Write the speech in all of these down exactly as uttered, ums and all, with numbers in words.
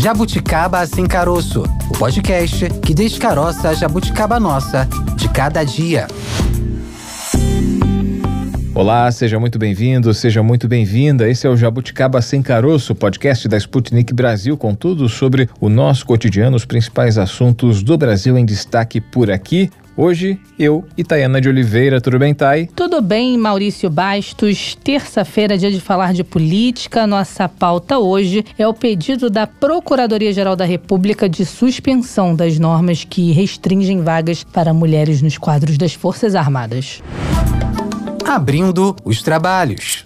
Jabuticaba Sem Caroço, o podcast que descaroça a jabuticaba nossa de cada dia. Olá, seja muito bem-vindo, seja muito bem-vinda. Esse é o Jabuticaba Sem Caroço, podcast da Sputnik Brasil, com tudo sobre o nosso cotidiano, os principais assuntos do Brasil em destaque por aqui. Hoje, eu e Tayana de Oliveira. Tudo bem, Thay? Tudo bem, Maurício Bastos. Terça-feira, dia de falar de política. Nossa pauta hoje é o pedido da Procuradoria-Geral da República de suspensão das normas que restringem vagas para mulheres nos quadros das Forças Armadas. Abrindo os trabalhos.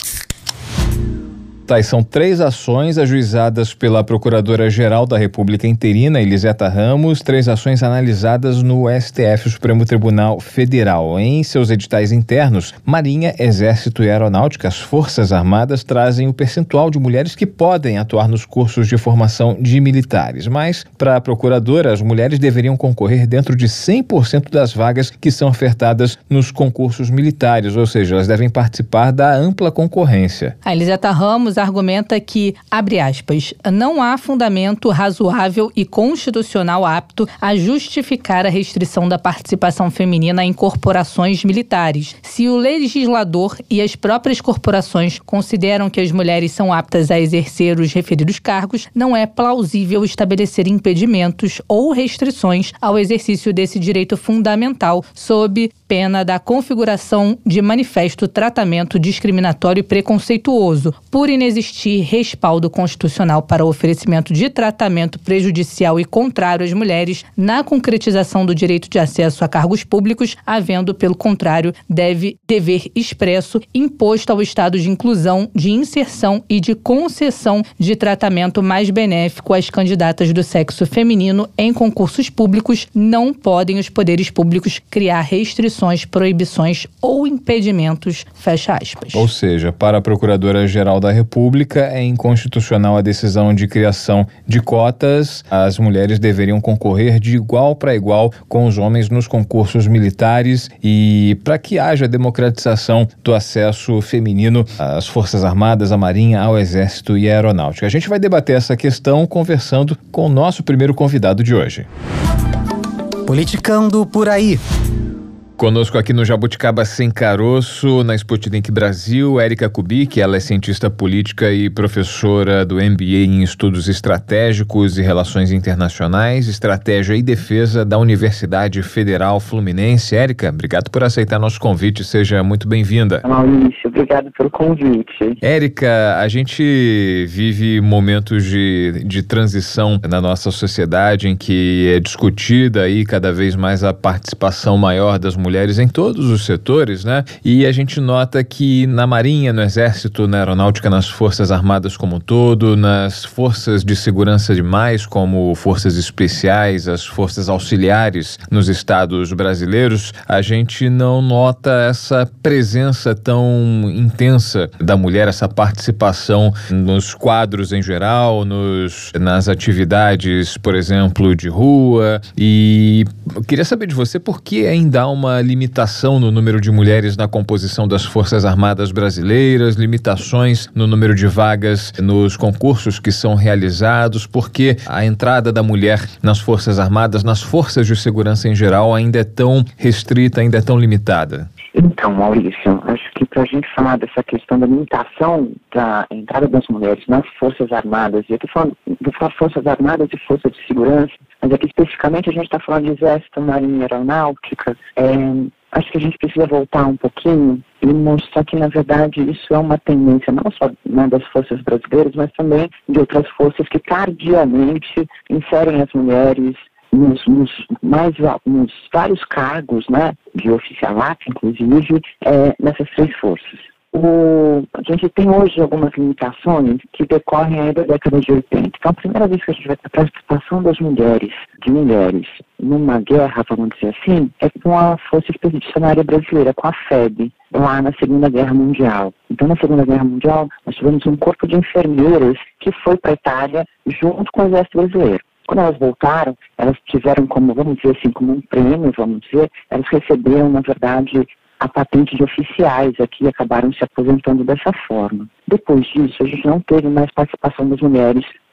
Tá, são três ações ajuizadas pela Procuradora-Geral da República interina, Eliseta Ramos, três ações analisadas no S T F, Supremo Tribunal Federal. Em seus editais internos, Marinha, Exército e Aeronáutica, as Forças Armadas, trazem o percentual de mulheres que podem atuar nos cursos de formação de militares. Mas, para a Procuradora, as mulheres deveriam concorrer dentro de cem por cento das vagas que são ofertadas nos concursos militares, ou seja, elas devem participar da ampla concorrência. A Eliseta Ramos argumenta que, abre aspas, não há fundamento razoável e constitucional apto a justificar a restrição da participação feminina em corporações militares. Se o legislador e as próprias corporações consideram que as mulheres são aptas a exercer os referidos cargos, não é plausível estabelecer impedimentos ou restrições ao exercício desse direito fundamental, sob pena da configuração de manifesto tratamento discriminatório e preconceituoso, por inexistir respaldo constitucional para o oferecimento de tratamento prejudicial e contrário às mulheres na concretização do direito de acesso a cargos públicos, havendo, pelo contrário, deve dever expresso imposto ao estado de inclusão, de inserção e de concessão de tratamento mais benéfico às candidatas do sexo feminino em concursos públicos. Não podem os poderes públicos criar restrições, proibições ou impedimentos, fecha aspas. Ou seja, para a Procuradora-Geral da República, é inconstitucional a decisão de criação de cotas. As mulheres deveriam concorrer de igual para igual com os homens nos concursos militares e para que haja democratização do acesso feminino às Forças Armadas, à Marinha, ao Exército e à Aeronáutica. A gente vai debater essa questão conversando com o nosso primeiro convidado de hoje. Politicando por aí. Conosco aqui no Jabuticaba Sem Caroço, na Sputnik Brasil, Érica Kubik. Ela é cientista política e professora do M B A em Estudos Estratégicos e Relações Internacionais, Estratégia e Defesa da Universidade Federal Fluminense. Érica, obrigado por aceitar nosso convite, seja muito bem-vinda. Maurício, obrigado pelo convite. Érica, a gente vive momentos de, de transição na nossa sociedade em que é discutida aí cada vez mais a participação maior das mulheres mulheres em todos os setores, né? E a gente nota que na Marinha, no Exército, na Aeronáutica, nas Forças Armadas como um todo, nas forças de segurança demais, como forças especiais, as forças auxiliares nos estados brasileiros, a gente não nota essa presença tão intensa da mulher, essa participação nos quadros em geral, nos, nas atividades, por exemplo, de rua. E eu queria saber de você por que ainda há uma limitação no número de mulheres na composição das Forças Armadas brasileiras, limitações no número de vagas nos concursos que são realizados, porque a entrada da mulher nas Forças Armadas, nas forças de segurança em geral, ainda é tão restrita, ainda é tão limitada? Então, Maurício, acho que para a gente falar dessa questão da limitação da entrada das mulheres nas Forças Armadas, e eu estou falando de Forças Armadas e Forças de Segurança, mas aqui especificamente a gente está falando de Exército, Marinha e Aeronáutica, é, acho que a gente precisa voltar um pouquinho e mostrar que, na verdade, isso é uma tendência não só, né, das forças brasileiras, mas também de outras forças que tardiamente inserem as mulheres Nos, nos, mais, nos vários cargos, né, de oficialato, inclusive, é, nessas três forças. O, a gente tem hoje algumas limitações que decorrem aí da década de oitenta. Então, a primeira vez que a gente vai ter a participação das mulheres, de mulheres, numa guerra, vamos dizer assim, é com a Força Expedicionária Brasileira, com a F E B, lá na Segunda Guerra Mundial. Então, na Segunda Guerra Mundial, nós tivemos um corpo de enfermeiras que foi para a Itália junto com o Exército Brasileiro. Quando elas voltaram, elas tiveram como, vamos dizer assim, como um prêmio, vamos dizer, elas receberam, na verdade, a patente de oficiais aqui e acabaram se aposentando dessa forma. Depois disso, a gente não teve mais participação das mulheres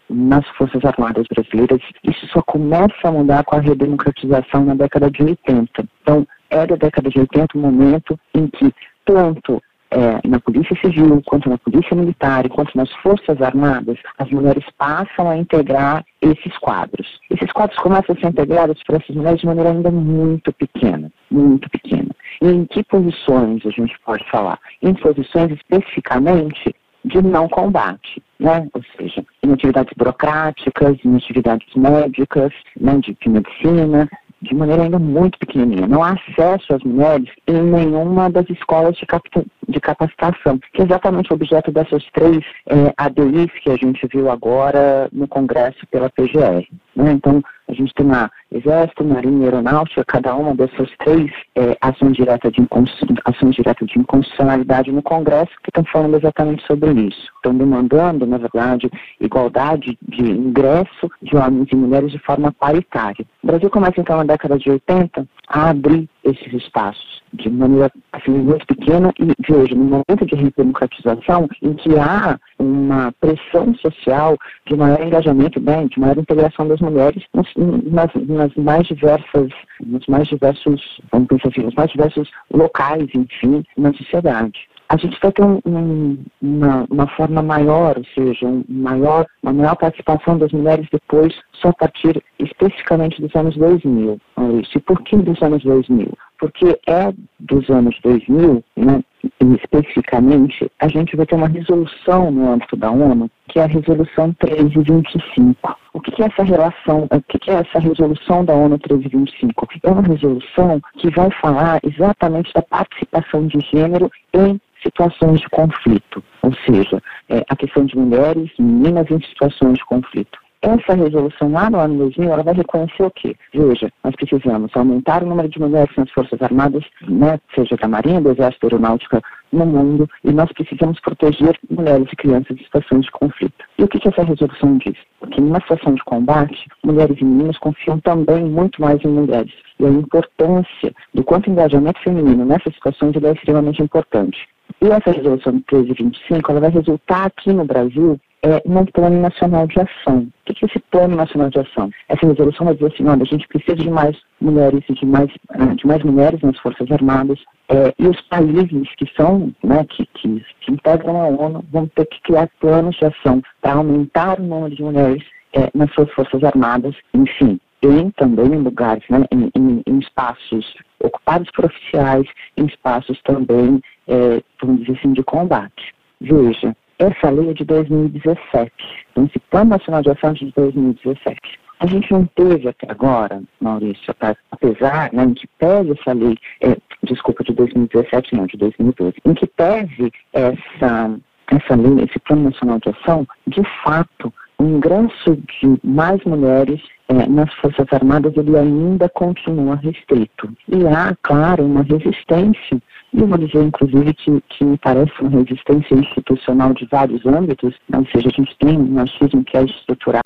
nas Forças Armadas brasileiras, isso só começa a mudar com a redemocratização na década de oitenta. Então, é da década de oitenta o momento em que, tanto é, na Polícia Civil, quanto na Polícia Militar, quanto nas Forças Armadas, as mulheres passam a integrar esses quadros. Esses quadros começam a ser integrados por essas mulheres de maneira ainda muito pequena, muito pequena. E em que posições a gente pode falar? Em posições especificamente de não combate, né? Ou seja, em atividades burocráticas, em atividades médicas, né? de, de medicina, de maneira ainda muito pequenininha. Não há acesso às mulheres em nenhuma das escolas de, capta, de capacitação, que é exatamente o objeto dessas três é, A D Is que a gente viu agora no Congresso pela P G R. Né? Então, a gente tem lá Exército, Marinha e Aeronáutica, cada uma dessas três é, ações, diretas de ações diretas de inconstitucionalidade no Congresso, que estão falando exatamente sobre isso. Estão demandando, na verdade, igualdade de ingresso de homens e mulheres de forma paritária. O Brasil começa, então, na década de oitenta, a abrir esses espaços de maneira assim, muito pequena e, veja, no momento de redemocratização, em que há uma pressão social de maior engajamento, bem, de maior integração das mulheres nas, nas, nas mais diversas, nos mais diversos, vamos pensar assim, nos mais diversos locais, enfim, na sociedade. A gente vai ter um, um, uma, uma forma maior, ou seja, um maior, uma maior participação das mulheres depois, só a partir especificamente dos anos dois mil. E por que dos anos dois mil? Porque é dos anos dois mil, né, especificamente, a gente vai ter uma resolução no âmbito da ONU, que é a Resolução treze vinte e cinco. O que é essa relação, o que é essa resolução da ONU treze vinte e cinco? É uma resolução que vai falar exatamente da participação de gênero em situações de conflito, ou seja, é, a questão de mulheres, meninas em situações de conflito. Essa resolução lá no ano dois mil, ela vai reconhecer o quê? Veja, nós precisamos aumentar o número de mulheres nas Forças Armadas, né, seja da Marinha, do Exército, da Aeronáutica, no mundo, e nós precisamos proteger mulheres e crianças em situações de conflito. E o que, que essa resolução diz? Porque numa situação de combate, mulheres e meninas confiam também muito mais em mulheres. E a importância do quanto o engajamento feminino nessas situações ele é extremamente importante. E essa resolução treze vinte e cinco, ela vai resultar aqui no Brasil é, num plano nacional de ação. O que é esse plano nacional de ação? Essa resolução vai dizer assim, olha, a gente precisa de mais mulheres e de mais, de mais mulheres nas Forças Armadas, é, e os países que são, né, que, que, que integram a ONU vão ter que criar planos de ação para aumentar o número de mulheres é, nas suas Forças Armadas, enfim, em também em lugares, né, em, em, em espaços ocupados por oficiais, em espaços também, é, vamos dizer assim, de combate. Veja, essa lei é de dois mil e dezessete, então esse Plano Nacional de Ação é de dois mil e dezessete. A gente não teve até agora, Maurício, apesar, né, em que pese essa lei, é, desculpa, de dois mil e dezessete, não, de dois mil e doze, em que pese essa, essa lei, esse Plano Nacional de Ação, de fato, o ingresso de mais mulheres é, nas Forças Armadas, ele ainda continua restrito. E há, claro, uma resistência, e eu vou dizer, inclusive, que, que me parece uma resistência institucional de vários âmbitos, ou seja, a gente tem um machismo que é estrutural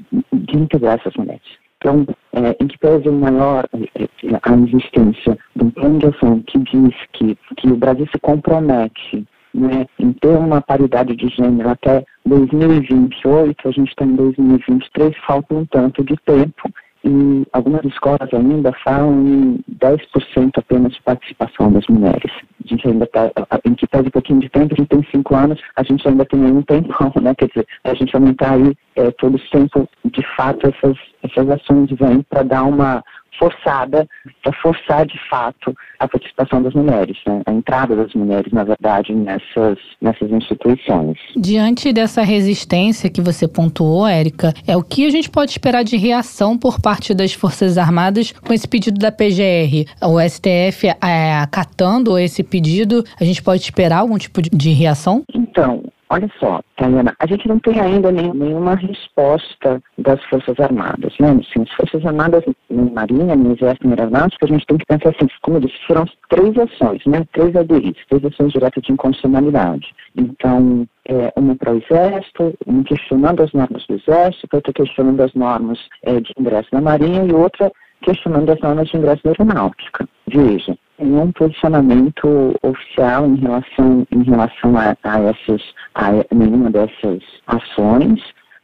de integrar essas mulheres. Então, é, em que pese o maior, é, a existência de um plano de ação que diz que, que o Brasil se compromete, né, em ter uma paridade de gênero até dois mil e vinte e oito, a gente está em dois mil e vinte e três, falta um tanto de tempo e algumas escolas ainda falam em dez por cento apenas de participação das mulheres. A gente ainda está, em que pede um pouquinho de tempo, a gente tem cinco anos, a gente ainda tem um tempão, né, quer dizer, a gente aumentar aí é, todo esse tempo, de fato, essas, essas ações vêm para dar uma forçada, para forçar de fato a participação das mulheres, né? A entrada das mulheres, na verdade, nessas, nessas instituições. Diante dessa resistência que você pontuou, Érica, é o que a gente pode esperar de reação por parte das Forças Armadas com esse pedido da P G R? O S T F é, acatando esse pedido, a gente pode esperar algum tipo de, de reação? Então, olha só, Tayana, a gente não tem ainda nem, nenhuma resposta das Forças Armadas, né? Assim, as Forças Armadas, na Marinha, no Exército, na Aeronáutica, a gente tem que pensar assim, como eu disse, foram três ações, né? Três A D Is, três ações diretas de inconstitucionalidade. Então, é, uma para o Exército, uma questionando as normas do Exército, outra questionando as normas é, de ingresso na Marinha e outra questionando as normas de ingresso da Aeronáutica. Veja, nenhum posicionamento oficial em relação, em relação a, a, essas, a nenhuma dessas ações,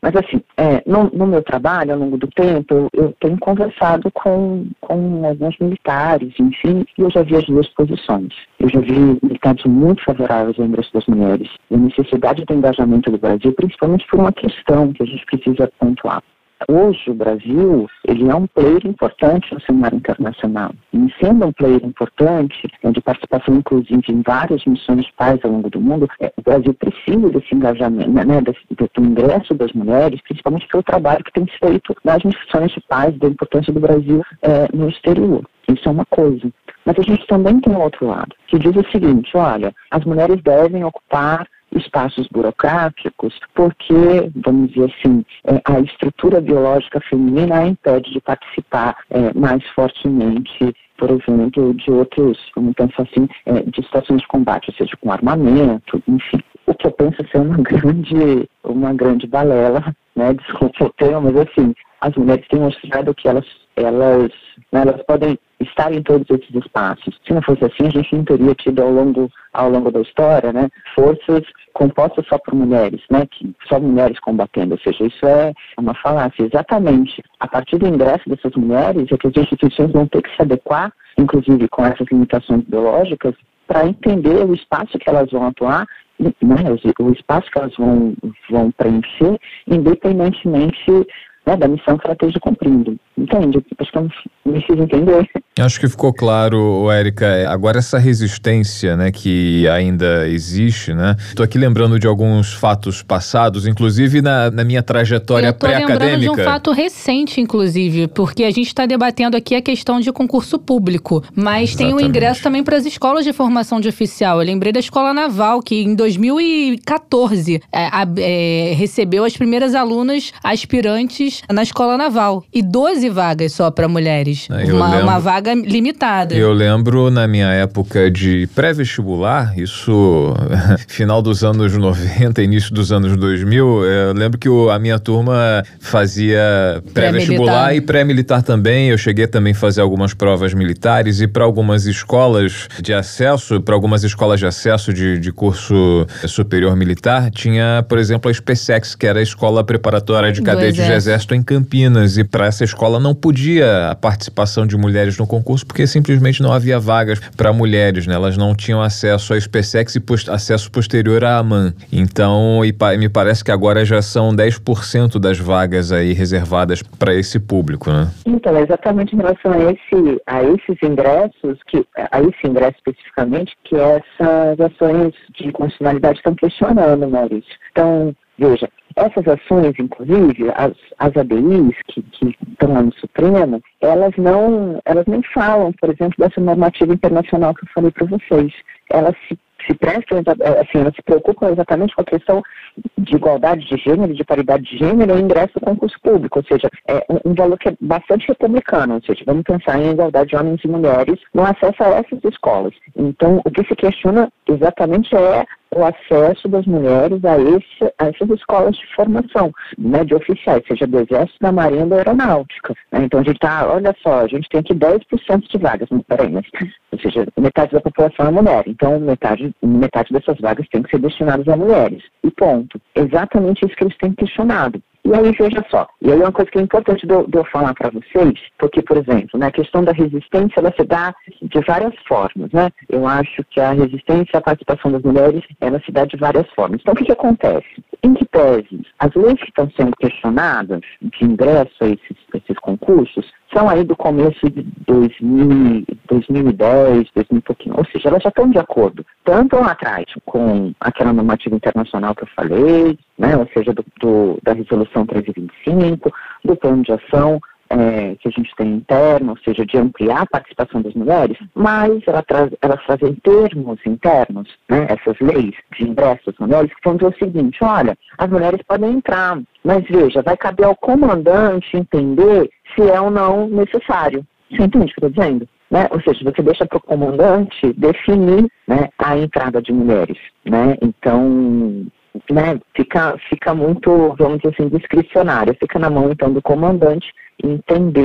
Mas assim, é, no, no meu trabalho, ao longo do tempo, eu, eu tenho conversado com, com alguns militares, enfim, e eu já vi as duas posições. Eu já vi militares muito favoráveis ao ingresso das mulheres e a necessidade do engajamento do Brasil, principalmente por uma questão que a gente precisa pontuar. Hoje, o Brasil, ele é um player importante no cenário internacional. E sendo um player importante, de participação, inclusive, em várias missões de paz ao longo do mundo, é, o Brasil precisa desse engajamento, né, desse, do ingresso das mulheres, principalmente pelo trabalho que tem feito nas missões de paz, da importância do Brasil é, no exterior. Isso é uma coisa. Mas a gente também tem um outro lado, que diz o seguinte, olha, as mulheres devem ocupar espaços burocráticos, porque, vamos dizer assim, é, a estrutura biológica feminina a impede de participar é, mais fortemente, por exemplo, de outros, vamos pensar assim, é, de situações de combate, ou seja, com armamento, enfim. O que eu penso ser uma grande, uma grande balela, né, desculpa o termo, mas assim, as mulheres têm mostrado que elas, elas, né, elas podem estar em todos esses espaços. Se não fosse assim, a gente não teria tido ao longo, ao longo da história, né, forças compostas só por mulheres, né, que, só mulheres combatendo, ou seja, isso é uma falácia. Exatamente, a partir do ingresso dessas mulheres é que as instituições vão ter que se adequar, inclusive com essas limitações biológicas, para entender o espaço que elas vão atuar, né, o espaço que elas vão, vão preencher, independentemente, né, da missão que ela esteja cumprindo. Entende? Acho que eu me fiz entender. Acho que ficou claro, Érica. Agora essa resistência, né, que ainda existe, né? Estou aqui lembrando de alguns fatos passados, inclusive na, na minha trajetória pré-acadêmica. Eu estou lembrando de um fato recente, inclusive, porque a gente está debatendo aqui a questão de concurso público, mas Exatamente. Tem o ingresso também para as escolas de formação de oficial. Eu lembrei da Escola Naval, que em dois mil e catorze é, é, recebeu as primeiras alunas aspirantes na Escola Naval. E doze vagas só para mulheres. Uma, lembro, uma vaga limitada. Eu lembro na minha época de pré-vestibular, isso final dos anos noventa, início dos anos dois mil, eu lembro que o, a minha turma fazia pré-vestibular e pré-militar também. Eu cheguei também a fazer algumas provas militares e para algumas escolas de acesso, para algumas escolas de acesso de, de curso superior militar, tinha, por exemplo, a SpaceX, que era a Escola Preparatória de Cadetes de Exército em Campinas, e para essa escola não podia a participação de mulheres no concurso porque simplesmente não havia vagas para mulheres, né? Elas não tinham acesso à SpaceX e post- acesso posterior à AMAN. Então, e pa- me parece que agora já são dez por cento das vagas aí reservadas para esse público, né? Então, exatamente em relação a, esse, a esses ingressos, que, a esse ingresso especificamente, que essas ações de constitucionalidade estão questionando, Maurício. Então, veja, essas ações, inclusive, as, as A D Is que, que estão lá no Supremo, elas não, elas nem falam, por exemplo, dessa normativa internacional que eu falei para vocês. Elas se, se prestam, assim, elas se preocupam exatamente com a questão de igualdade de gênero, de paridade de gênero e ingresso ao concurso público, ou seja, é um, um valor que é bastante republicano, ou seja, vamos pensar em igualdade de homens e mulheres no acesso a essas escolas. Então, o que se questiona exatamente é o acesso das mulheres a, esse, a essas escolas de formação, né, de oficiais, seja do Exército, da Marinha ou da Aeronáutica. Né? Então a gente está, olha só, a gente tem aqui dez por cento de vagas, não, peraí, mas, ou seja, metade da população é mulher, então metade, metade dessas vagas tem que ser destinadas a mulheres. E ponto. Exatamente isso que eles têm questionado. E aí, veja só, e aí é uma coisa que é importante de eu, de eu falar para vocês, porque, por exemplo, né, a questão da resistência, ela se dá de várias formas, né? Eu acho que a resistência à participação das mulheres, ela se dá de várias formas. Então, o que que acontece? Em que pese, as leis que estão sendo questionadas de ingresso a esses, a esses concursos são aí do começo de dois mil, dois mil e dez, dois mil e pouquinho, ou seja, elas já estão de acordo, tanto lá atrás com aquela normativa internacional que eu falei, né, ou seja, do, do, da resolução trezentos e vinte e cinco, do plano de ação é, que a gente tem interno, ou seja, de ampliar a participação das mulheres, mas ela traz, elas trazem termos internos, né, essas leis de ingresso das mulheres, que vão dizer o seguinte, olha, as mulheres podem entrar, mas veja, vai caber ao comandante entender se é ou não necessário. Você entende o que eu estou dizendo? Né? Ou seja, você deixa para o comandante definir, né, a entrada de mulheres. Né? Então, né, fica, fica muito, vamos dizer assim, discricionário. Fica na mão, então, do comandante entender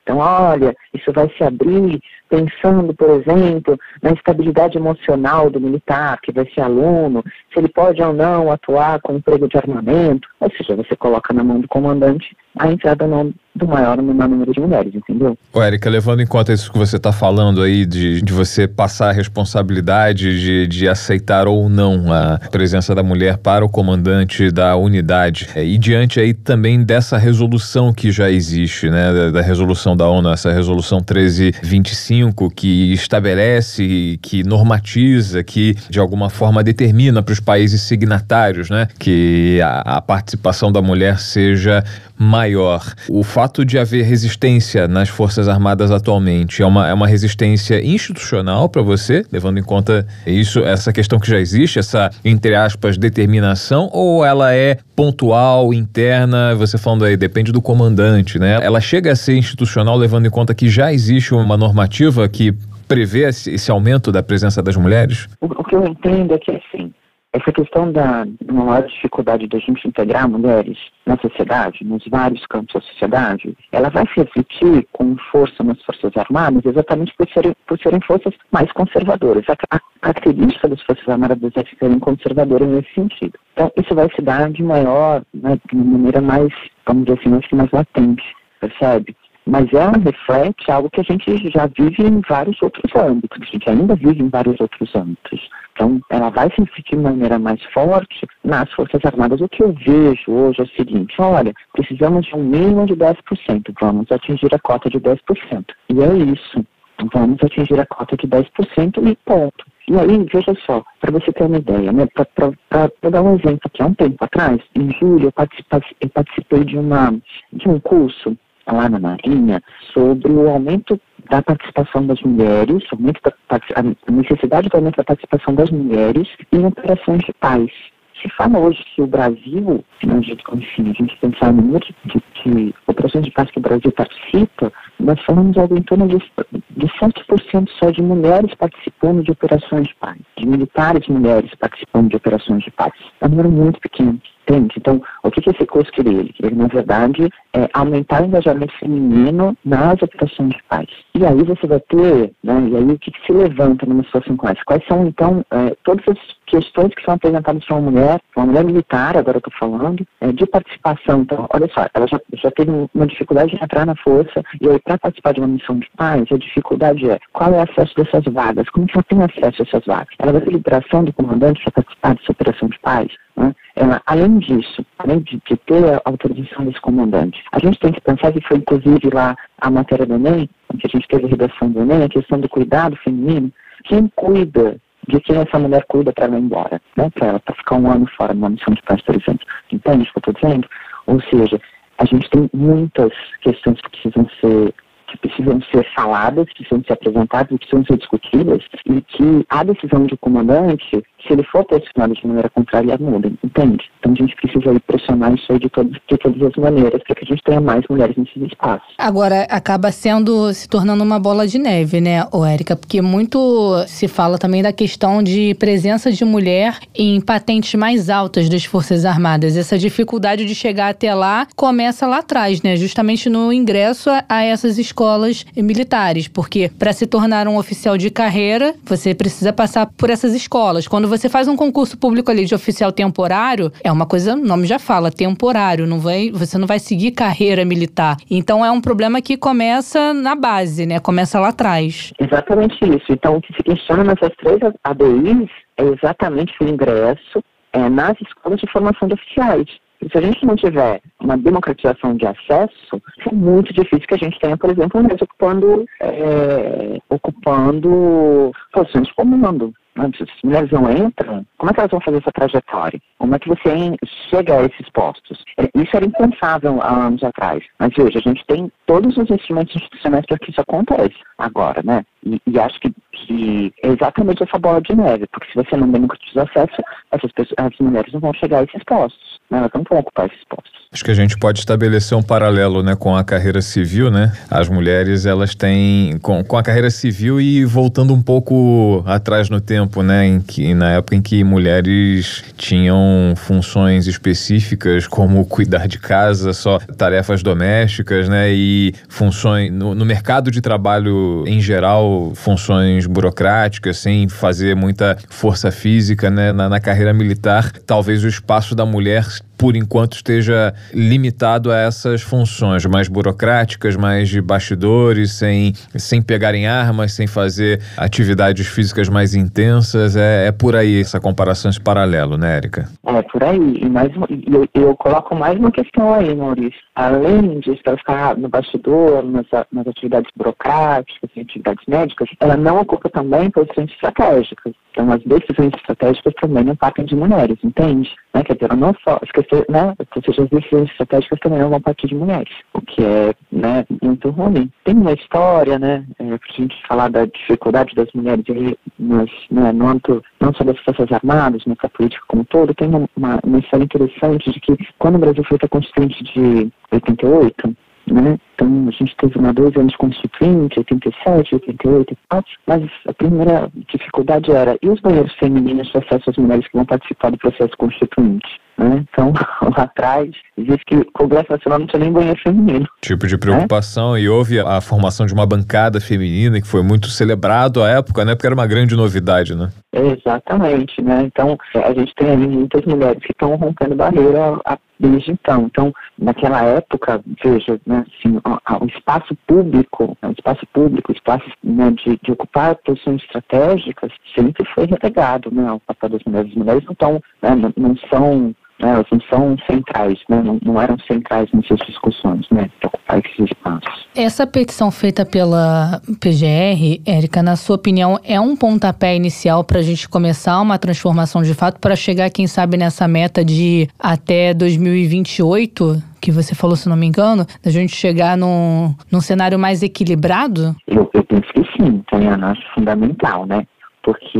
Então, olha, isso vai se abrir pensando, por exemplo, na estabilidade emocional do militar, que vai ser aluno, se ele pode ou não atuar com emprego de armamento, ou seja, você coloca na mão do comandante a entrada no, do maior ou menor número de mulheres, entendeu? Ô, Érica, levando em conta isso que você está falando aí, de, de você passar a responsabilidade de, de aceitar ou não a presença da mulher para o comandante da unidade, é, e diante aí também dessa resolução que já existe, né, da, da resolução da ONU, essa resolução treze vinte e cinco, que estabelece, que normatiza, que de alguma forma determina para os países signatários, né, que a, a participação da mulher seja maior. O fato de haver resistência nas Forças Armadas atualmente é uma, é uma resistência institucional para você, levando em conta isso, essa questão que já existe, essa, entre aspas, determinação, ou ela é pontual, interna, você falando aí, depende do comandante, né? Ela chega a ser institucional, levando em conta que já existe uma normativa que prevê esse, esse aumento da presença das mulheres? O, o que eu entendo é que, assim, essa questão da uma maior dificuldade da gente integrar mulheres na sociedade, nos vários campos da sociedade, ela vai se refletir com força nas Forças Armadas exatamente por serem, por serem forças mais conservadoras. A, a característica das Forças Armadas é serem conservadoras nesse sentido. Então, isso vai se dar de maior, né, de uma maneira mais, vamos dizer assim, acho que mais latente, percebe? Mas ela reflete algo que a gente já vive em vários outros âmbitos, que a gente ainda vive em vários outros âmbitos. Então, ela vai se refletir de maneira mais forte nas Forças Armadas. O que eu vejo hoje é o seguinte, olha, precisamos de um mínimo de dez por cento, vamos atingir a cota de dez por cento. E é isso, vamos atingir a cota de dez por cento e ponto. E aí, veja só, para você ter uma ideia, né, para dar um exemplo aqui, há um tempo atrás, em julho, eu participei, eu participei de, uma, de um curso lá na Marinha, sobre o aumento da participação das mulheres, aumento da, a necessidade do aumento da participação das mulheres em operações de paz. Se fala hoje que o Brasil, enfim, a gente pensar no número de, de operações de paz que o Brasil participa, nós falamos algo em torno de, de sete por cento só de mulheres participando de operações de paz, de militares mulheres participando de operações de paz. É um número muito pequeno. Entende? Então, o que, que esse curso queria? Ele queria, na verdade, é aumentar o engajamento feminino nas operações de paz. E aí você vai ter, né, e aí o que, que se levanta numa situação como essa? Quais são, então, é, todas as questões que são apresentadas para uma mulher, uma mulher militar, agora eu estou falando, é, de participação. Então, olha só, ela já, já teve uma dificuldade de entrar na força, e aí para participar de uma missão de paz, a dificuldade é qual é o acesso dessas vagas, como que ela tem acesso a essas vagas? Ela vai ter liberação do comandante para participar dessa operação de paz? Né? Ela, além disso, além de, de ter a autorização desse comandante, a gente tem que pensar que foi inclusive lá a matéria do Enem, que a gente teve a redação do Enem, a questão do cuidado feminino, quem cuida de quem essa mulher cuida para ela ir embora, né? Para ela pra ficar um ano fora numa missão de paz, por exemplo. Entende o que eu estou dizendo? Ou seja, a gente tem muitas questões que precisam ser que precisam ser faladas, que precisam ser apresentadas, que precisam ser discutidas, e que a decisão do comandante, se ele for posicionado de maneira contrária, muda, entende? Então a gente precisa aí pressionar isso aí de, todos, de todas as maneiras, para que a gente tenha mais mulheres nesses espaços. Agora, acaba sendo, se tornando uma bola de neve, né, ô Érica? Porque muito se fala também da questão de presença de mulher em patentes mais altas das Forças Armadas. Essa dificuldade de chegar até lá começa lá atrás, né? Justamente no ingresso a, a essas escolas militares, porque para se tornar um oficial de carreira, você precisa passar por essas escolas. Quando você faz um concurso público ali de oficial temporário, é uma coisa, o nome já fala, temporário, não vai, você não vai seguir carreira militar. Então é um problema que começa na base, né? Começa lá atrás. Exatamente isso. Então o que se questiona nessas três A D Is é exatamente o ingresso é, nas escolas de formação de oficiais. Se a gente não tiver uma democratização de acesso, é muito difícil que a gente tenha, por exemplo, mulheres ocupando, é, ocupando posições de comando. Se as mulheres não entram, como é que elas vão fazer essa trajetória? Como é que você chega a esses postos? Isso era impensável há anos atrás. Mas hoje a gente tem todos os instrumentos institucionais para que isso aconteça agora, né? E, e acho que, que é exatamente essa bola de neve, porque se você não democratiza o acesso, essas pessoas, as mulheres não vão chegar a esses postos, né? Elas não vão ocupar esses postos. Acho que a gente pode estabelecer um paralelo, né, com a carreira civil, né? As mulheres, elas têm, com, com a carreira civil e voltando um pouco atrás no tempo, né, em que, na época em que mulheres tinham funções específicas como cuidar de casa, só tarefas domésticas, né, e funções, no, no mercado de trabalho em geral, funções burocráticas, sem fazer muita força física, né, na, na carreira militar, talvez o espaço da mulher por enquanto esteja limitado a essas funções mais burocráticas, mais de bastidores, sem, sem pegarem armas, sem fazer atividades físicas mais intensas. É, é por aí essa comparação, esse paralelo, né, Érica? É, por aí. E mais, eu, eu coloco mais uma questão aí, Maurício. Além de ela ficar no bastidor, nas, nas atividades burocráticas, em atividades médicas, ela não ocupa também posições estratégicas. Então, as decisões estratégicas também não partem de mulheres, entende? Né? Quer dizer, ela não só esquecer, né? Ou seja, as decisões estratégicas também não vão partir de mulheres, o que é, né, muito ruim. Tem uma história, né, é, pra gente falar da dificuldade das mulheres aí, mas, né, no âmbito não só das Forças Armadas, mas da política como um todo, tem uma, uma, uma história interessante de que quando o Brasil foi para a Constituinte de oitenta e oito, né? Então a gente teve uma doze anos constituinte, oitenta e sete, oitenta e oito, mas a primeira dificuldade era, e os banheiros femininos de acesso às mulheres que vão participar do processo constituinte? Né? Então, lá atrás, diz que o Congresso Nacional não tinha nem banheiro feminino. Tipo de preocupação, né? E houve a, a formação de uma bancada feminina que foi muito celebrado à época, né? Porque era uma grande novidade, né? Exatamente, né? Então, a gente tem ali muitas mulheres que estão rompendo barreira a, desde então. Então, naquela época, veja, né, assim, o espaço público, o espaço público, o espaço, né, de, de ocupar posições estratégicas sempre foi relegado, né, ao papel das mulheres. As mulheres não estão, né, não, não são, né, elas não são centrais, né, não, não eram centrais nessas discussões, né, para ocupar esses espaços. Essa petição feita pela P G R, Érica, na sua opinião, é um pontapé inicial para a gente começar uma transformação de fato, para chegar, quem sabe, nessa meta de até dois mil e vinte e oito, que você falou, se não me engano, da gente chegar num, num cenário mais equilibrado? Eu, eu penso que sim, Tayana, acho fundamental, né, porque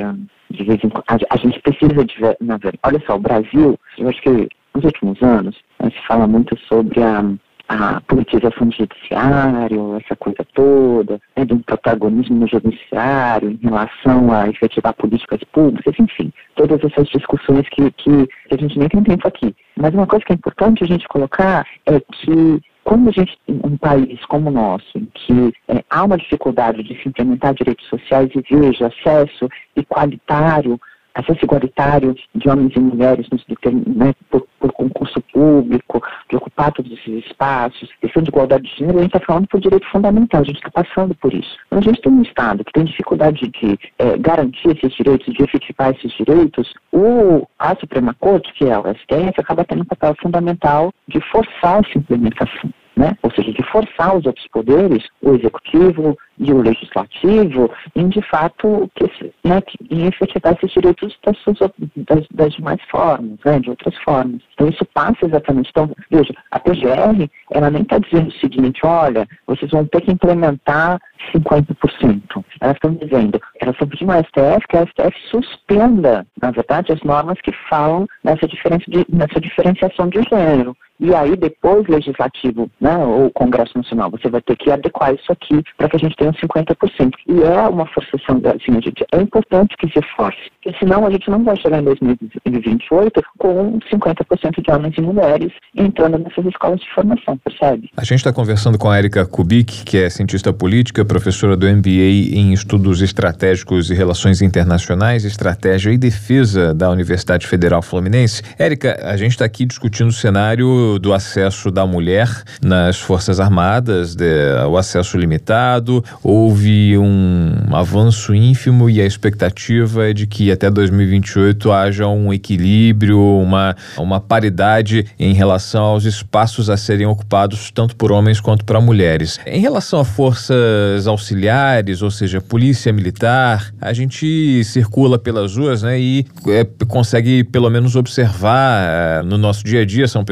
de vez em quando a, a gente precisa de, na verdade, olha só, o Brasil, eu acho que nos últimos anos, né, se fala muito sobre a a politização do judiciário, essa coisa toda, né, de um protagonismo no judiciário em relação a efetivar políticas públicas, enfim, todas essas discussões que, que a gente nem tem tempo aqui. Mas uma coisa que é importante a gente colocar é que quando a gente tem um país como o nosso, em que é, há uma dificuldade de se implementar direitos sociais e veja acesso igualitário, acesso igualitário de homens e mulheres nos, né, por, por concurso público, de ocupar todos esses espaços, questão de igualdade de gênero, a gente está falando por direito fundamental, a gente está passando por isso. Então, a gente tem um Estado que tem dificuldade de é, garantir esses direitos, de efetivar esses direitos, o, a Suprema Corte, que é o S T F, acaba tendo um papel fundamental de forçar essa implementação. Né? Ou seja, de forçar os outros poderes, o executivo e o legislativo, em de fato que, né, em efetivar esses direitos das, suas, das, das demais formas, né, de outras formas. Então isso passa exatamente. Então, veja, a P G R, ela nem está dizendo o seguinte, olha, vocês vão ter que implementar cinquenta por cento. Elas estão dizendo, elas estão pedindo ao S T F que a S T F suspenda, na verdade, as normas que falam nessa, diferença de, nessa diferenciação de gênero. E aí, depois, legislativo, né, ou Congresso Nacional, você vai ter que adequar isso aqui para que a gente tenha cinquenta por cento. E é uma forçação, assim, a gente, é importante que se force, porque senão a gente não vai chegar em dois mil e vinte e oito com cinquenta por cento de homens e mulheres entrando nessas escolas de formação, percebe? A gente está conversando com a Érica Kubik, que é cientista política, professora do M B A em Estudos Estratégicos e Relações Internacionais, Estratégia e Defesa da Universidade Federal Fluminense. Érica, a gente está aqui discutindo o cenário do acesso da mulher nas Forças Armadas, de, o acesso limitado, houve um avanço ínfimo e a expectativa é de que até dois mil e vinte e oito haja um equilíbrio, uma, uma paridade em relação aos espaços a serem ocupados tanto por homens quanto por mulheres. Em relação a forças auxiliares, ou seja, polícia militar, a gente circula pelas ruas, né, e é, consegue pelo menos observar é, no nosso dia a dia, são pessoas com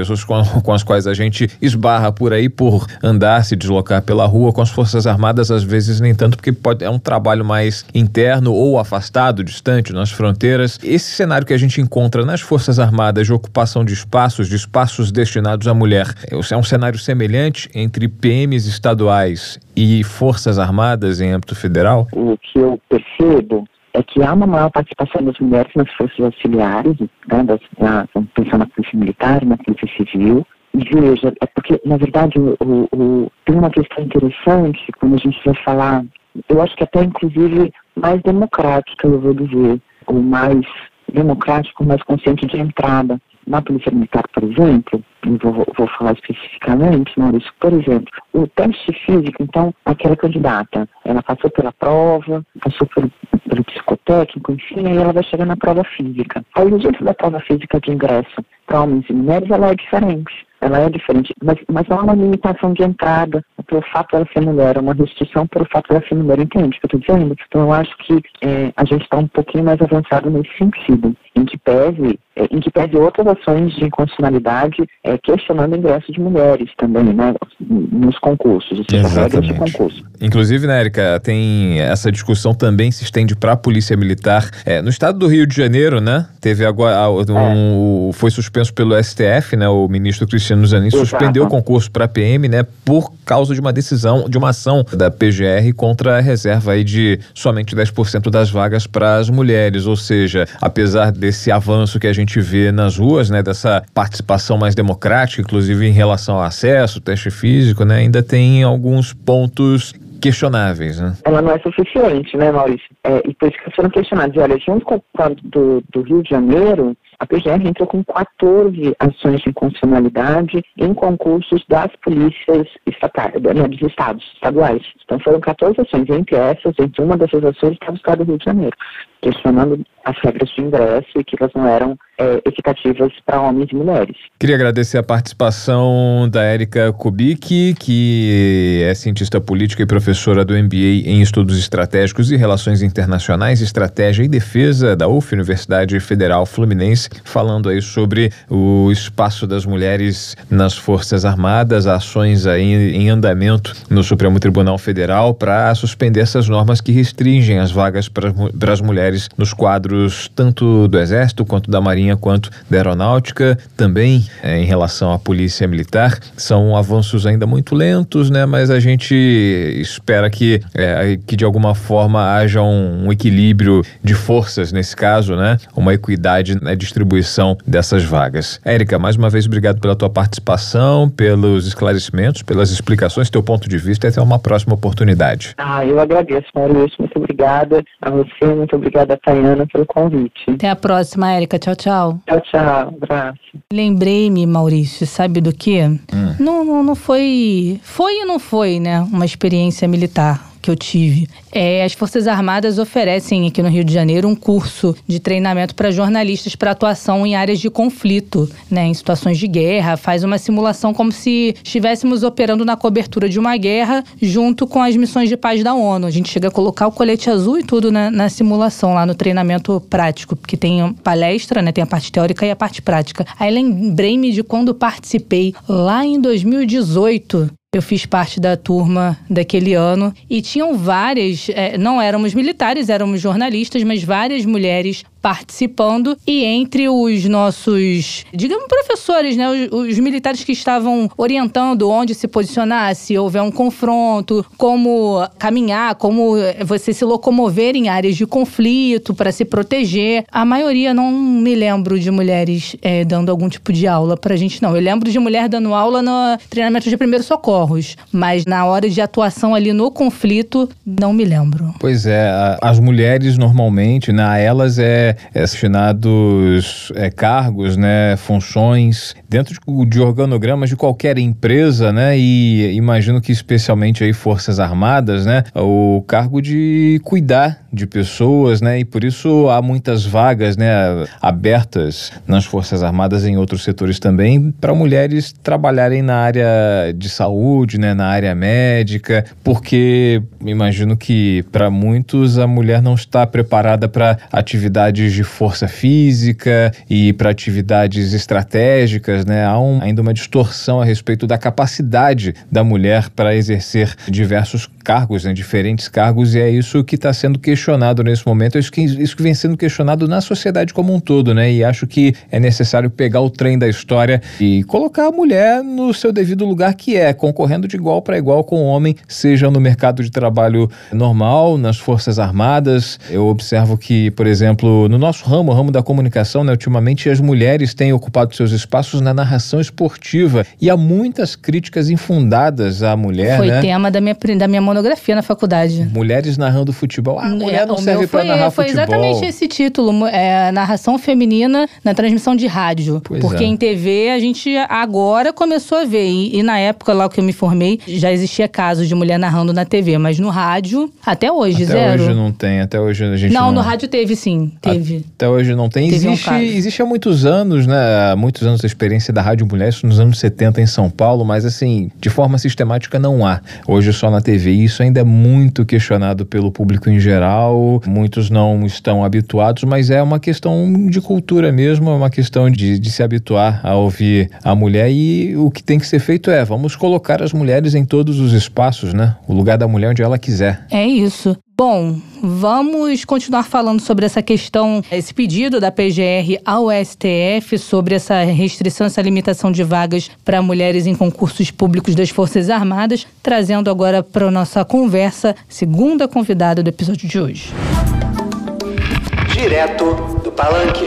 são com as quais a gente esbarra por aí, por andar, se deslocar pela rua. Com as Forças Armadas, às vezes nem tanto, porque pode, é um trabalho mais interno ou afastado, distante, nas fronteiras. Esse cenário que a gente encontra nas Forças Armadas de ocupação de espaços, de espaços destinados à mulher, é um cenário semelhante entre P Ms estaduais e Forças Armadas em âmbito federal? O que eu percebo é que há uma maior participação das mulheres nas forças auxiliares, né, das, na, pensando na polícia militar, na polícia civil. E veja, é porque, na verdade, o, o, o, tem uma questão interessante quando a gente vai falar, eu acho que até inclusive mais democrática, eu vou dizer, ou mais democrático, mais consciente de entrada. Na polícia militar, por exemplo, vou, vou falar especificamente, Maurício, por exemplo, o teste físico, então, aquela candidata, ela passou pela prova, passou pelo, pelo psicotécnico, enfim, aí ela vai chegar na prova física. Aí o jeito da prova física de ingresso para homens e mulheres, ela é diferente. Ela é diferente, mas, mas não é uma limitação de entrada pelo fato dela ser mulher, é uma restrição pelo fato dela ser mulher, entende o que eu estou dizendo? Então eu acho que é, a gente está um pouquinho mais avançado nesse sentido, em que pese, é, em que pese outras ações de inconstitucionalidade é, questionando o ingresso de mulheres também, né, nos concursos, ou seja, regras de concurso. Inclusive, né, Érica, tem essa discussão também se estende para a Polícia Militar. É, no estado do Rio de Janeiro, né, teve agora, um, é. foi suspenso pelo S T F, né, o ministro Cristiano Zanin suspendeu o concurso para P M, né, por causa de uma decisão, de uma ação da P G R contra a reserva aí de somente dez por cento das vagas para as mulheres, ou seja, apesar desse avanço que a gente vê nas ruas, né, dessa participação mais democrática, inclusive em relação ao acesso, teste físico, né, ainda tem alguns pontos questionáveis, né? Ela não é suficiente, né, Maurício? É, e por isso que foram questionados. Olha, junto com o do, do Rio de Janeiro, a P G R entrou com quatorze ações de inconstitucionalidade em concursos das polícias estatais, né, dos estados, estaduais. Então foram quatorze ações, entre essas, entre uma dessas ações estava o estado do Rio de Janeiro, questionando as regras de ingresso e que elas não eram é, equitativas para homens e mulheres. Queria agradecer a participação da Érica Kubik, que é cientista política e professora do M B A em Estudos Estratégicos e Relações Internacionais, Estratégia e Defesa da U F, Universidade Federal Fluminense, falando aí sobre o espaço das mulheres nas Forças Armadas, ações aí em andamento no Supremo Tribunal Federal para suspender essas normas que restringem as vagas para as mulheres nos quadros tanto do Exército quanto da Marinha quanto da Aeronáutica, também é, em relação à Polícia Militar. São avanços ainda muito lentos, né? Mas a gente espera que, é, que de alguma forma haja um, um equilíbrio de forças nesse caso, né? Uma equidade na distribuição dessas vagas. Érica, mais uma vez, obrigado pela tua participação, pelos esclarecimentos, pelas explicações, teu ponto de vista, e até uma próxima oportunidade. Ah, eu agradeço, Maurício, muito obrigada a você, muito obrigada a Tayana pelo convite. Até a próxima, Érica, tchau, tchau. Tchau, tchau, abraço. Lembrei-me, Maurício, sabe do quê? Hum. Não, não, não foi, foi e não foi, né, uma experiência militar que eu tive. É, as Forças Armadas oferecem aqui no Rio de Janeiro um curso de treinamento para jornalistas para atuação em áreas de conflito, né, em situações de guerra. Faz uma simulação como se estivéssemos operando na cobertura de uma guerra junto com as missões de paz da ONU. A gente chega a colocar o colete azul e tudo na, na simulação, lá no treinamento prático, porque tem palestra, né, tem a parte teórica e a parte prática. Aí lembrei-me de quando participei lá em dois mil e dezoito. Eu fiz parte da turma daquele ano e tinham várias, é, não éramos militares, éramos jornalistas, mas várias mulheres participando, e entre os nossos, digamos, professores, né, os, os militares que estavam orientando onde se posicionar, se houver um confronto, como caminhar, como você se locomover em áreas de conflito para se proteger. A maioria, não me lembro de mulheres é, dando algum tipo de aula pra gente, não. Eu lembro de mulher dando aula no treinamento de primeiros socorros, mas na hora de atuação ali no conflito, não me lembro. Pois é, as mulheres normalmente, né, a elas é destinados é, cargos, né, funções dentro de, de organogramas de qualquer empresa, né, e imagino que especialmente aí Forças Armadas, né, o cargo de cuidar de pessoas, né, e por isso há muitas vagas, né, abertas nas Forças Armadas, em outros setores também, para mulheres trabalharem na área de saúde, né, na área médica, porque imagino que para muitos a mulher não está preparada para atividades de força física e para atividades estratégicas, vagas, né? Há um, ainda uma distorção a respeito da capacidade da mulher para exercer diversos cargos, né? Diferentes cargos, e é isso que está sendo questionado nesse momento, é isso que, isso que vem sendo questionado na sociedade como um todo, né? E acho que é necessário pegar o trem da história e colocar a mulher no seu devido lugar, que é concorrendo de igual para igual com o homem, seja no mercado de trabalho normal, nas Forças Armadas. Eu observo que, por exemplo, no nosso ramo, o ramo da comunicação, né, ultimamente as mulheres têm ocupado seus espaços na narração esportiva e há muitas críticas infundadas à mulher, Foi né? tema da minha, da minha monografia na faculdade. Mulheres narrando futebol. Ah, a mulher não o serve para narrar foi futebol. Foi exatamente esse título, é, narração feminina na transmissão de rádio. Pois Porque é. em T V a gente agora começou a ver. E, e na época lá que eu me formei, já existia casos de mulher narrando na T V. Mas no rádio, até hoje, Até zero. hoje não tem, até hoje a gente não... Não, no rádio teve sim, teve. Até hoje não tem. Teve um Existe, caso. existe há muitos anos, né? Há muitos anos a experiência da Rádio Mulher, isso nos anos setenta em São Paulo, mas assim, de forma sistemática não há. Hoje só na T V. E isso ainda é muito questionado pelo público em geral. Muitos não estão habituados, mas é uma questão de cultura mesmo, é uma questão de, de se habituar a ouvir a mulher, e o que tem que ser feito é, vamos colocar as mulheres em todos os espaços, né? O lugar da mulher onde ela quiser. É isso. Bom, vamos continuar falando sobre essa questão, esse pedido da P G R ao S T F sobre essa restrição, essa limitação de vagas para mulheres em concursos públicos das Forças Armadas, trazendo agora para a nossa conversa, segunda convidada do episódio de hoje. Direto do Palanque.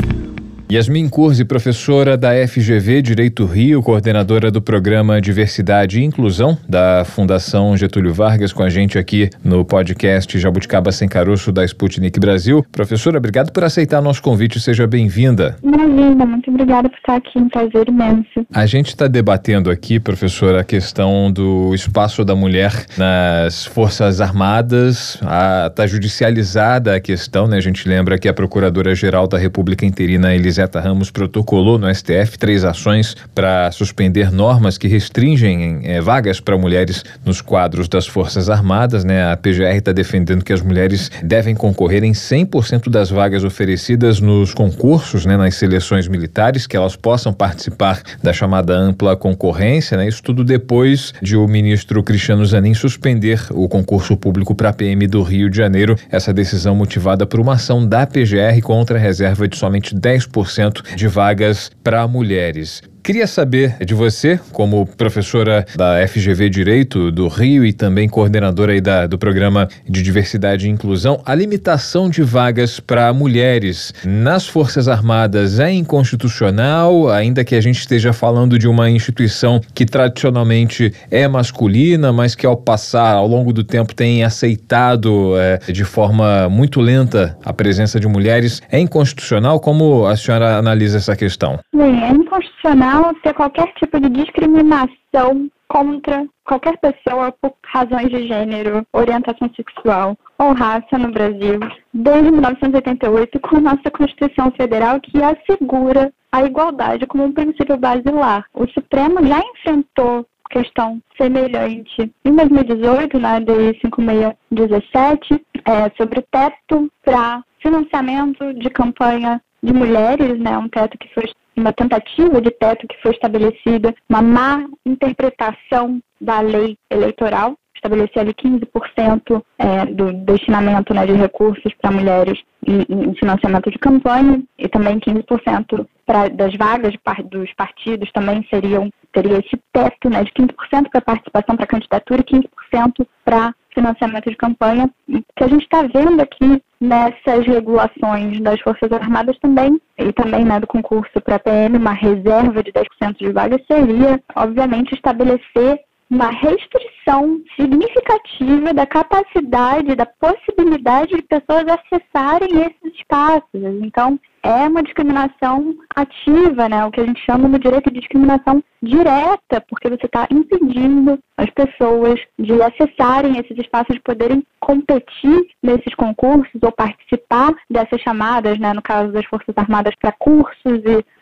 Yasmin Curzi, professora da F G V Direito Rio, coordenadora do programa Diversidade e Inclusão da Fundação Getúlio Vargas, com a gente aqui no podcast Jabuticaba Sem Caroço da Sputnik Brasil. Professora, obrigado por aceitar nosso convite, seja bem-vinda. Imagina, muito obrigada por estar aqui, um prazer imenso. A gente está debatendo aqui, professora, a questão do espaço da mulher nas Forças Armadas. Está judicializada a questão, né? A gente lembra que a Procuradora-Geral da República Interina, Elisete Ramos, protocolou no S T F três ações para suspender normas que restringem é, vagas para mulheres nos quadros das Forças Armadas, né? A P G R está defendendo que as mulheres devem concorrer em cem por cento das vagas oferecidas nos concursos, né? Nas seleções militares, que elas possam participar da chamada ampla concorrência, né? Isso tudo depois de o ministro Cristiano Zanin suspender o concurso público para a P M do Rio de Janeiro. Essa decisão motivada por uma ação da P G R contra a reserva de somente dez por cento de vagas para mulheres. Queria saber de você, como professora da F G V Direito do Rio e também coordenadora aí da, do programa de Diversidade e Inclusão, a limitação de vagas para mulheres nas Forças Armadas é inconstitucional, ainda que a gente esteja falando de uma instituição que tradicionalmente é masculina, mas que ao passar, ao longo do tempo, tem aceitado é, de forma muito lenta a presença de mulheres. É inconstitucional? Como a senhora analisa essa questão? Bem, é inconstitucional ter qualquer tipo de discriminação contra qualquer pessoa por razões de gênero, orientação sexual ou raça no Brasil, desde mil novecentos e oitenta e oito, com a nossa Constituição Federal, que assegura a igualdade como um princípio basilar. O Supremo já enfrentou questão semelhante em dois mil e dezoito, na Lei cinco mil seiscentos e dezessete, é, sobre o teto para financiamento de campanha de mulheres, né, um teto que foi uma tentativa de teto que foi estabelecida, uma má interpretação da lei eleitoral, estabelecer ali quinze por cento é, do destinamento, né, de recursos para mulheres em, em financiamento de campanha, e também quinze por cento pra, das vagas de par, dos partidos também seriam, teria esse teto, né, de quinze por cento para participação para candidatura e quinze por cento para financiamento de campanha, que a gente está vendo aqui nessas regulações das Forças Armadas também, e também, né, do concurso para a P M, uma reserva de dez por cento de vagas seria, obviamente, estabelecer uma restrição significativa da capacidade, da possibilidade de pessoas acessarem esses espaços. Então, é uma discriminação ativa, né? O que a gente chama no direito de discriminação direta, porque você está impedindo as pessoas de acessarem esses espaços, de poderem competir nesses concursos ou participar dessas chamadas, né? No caso das Forças Armadas, para cursos e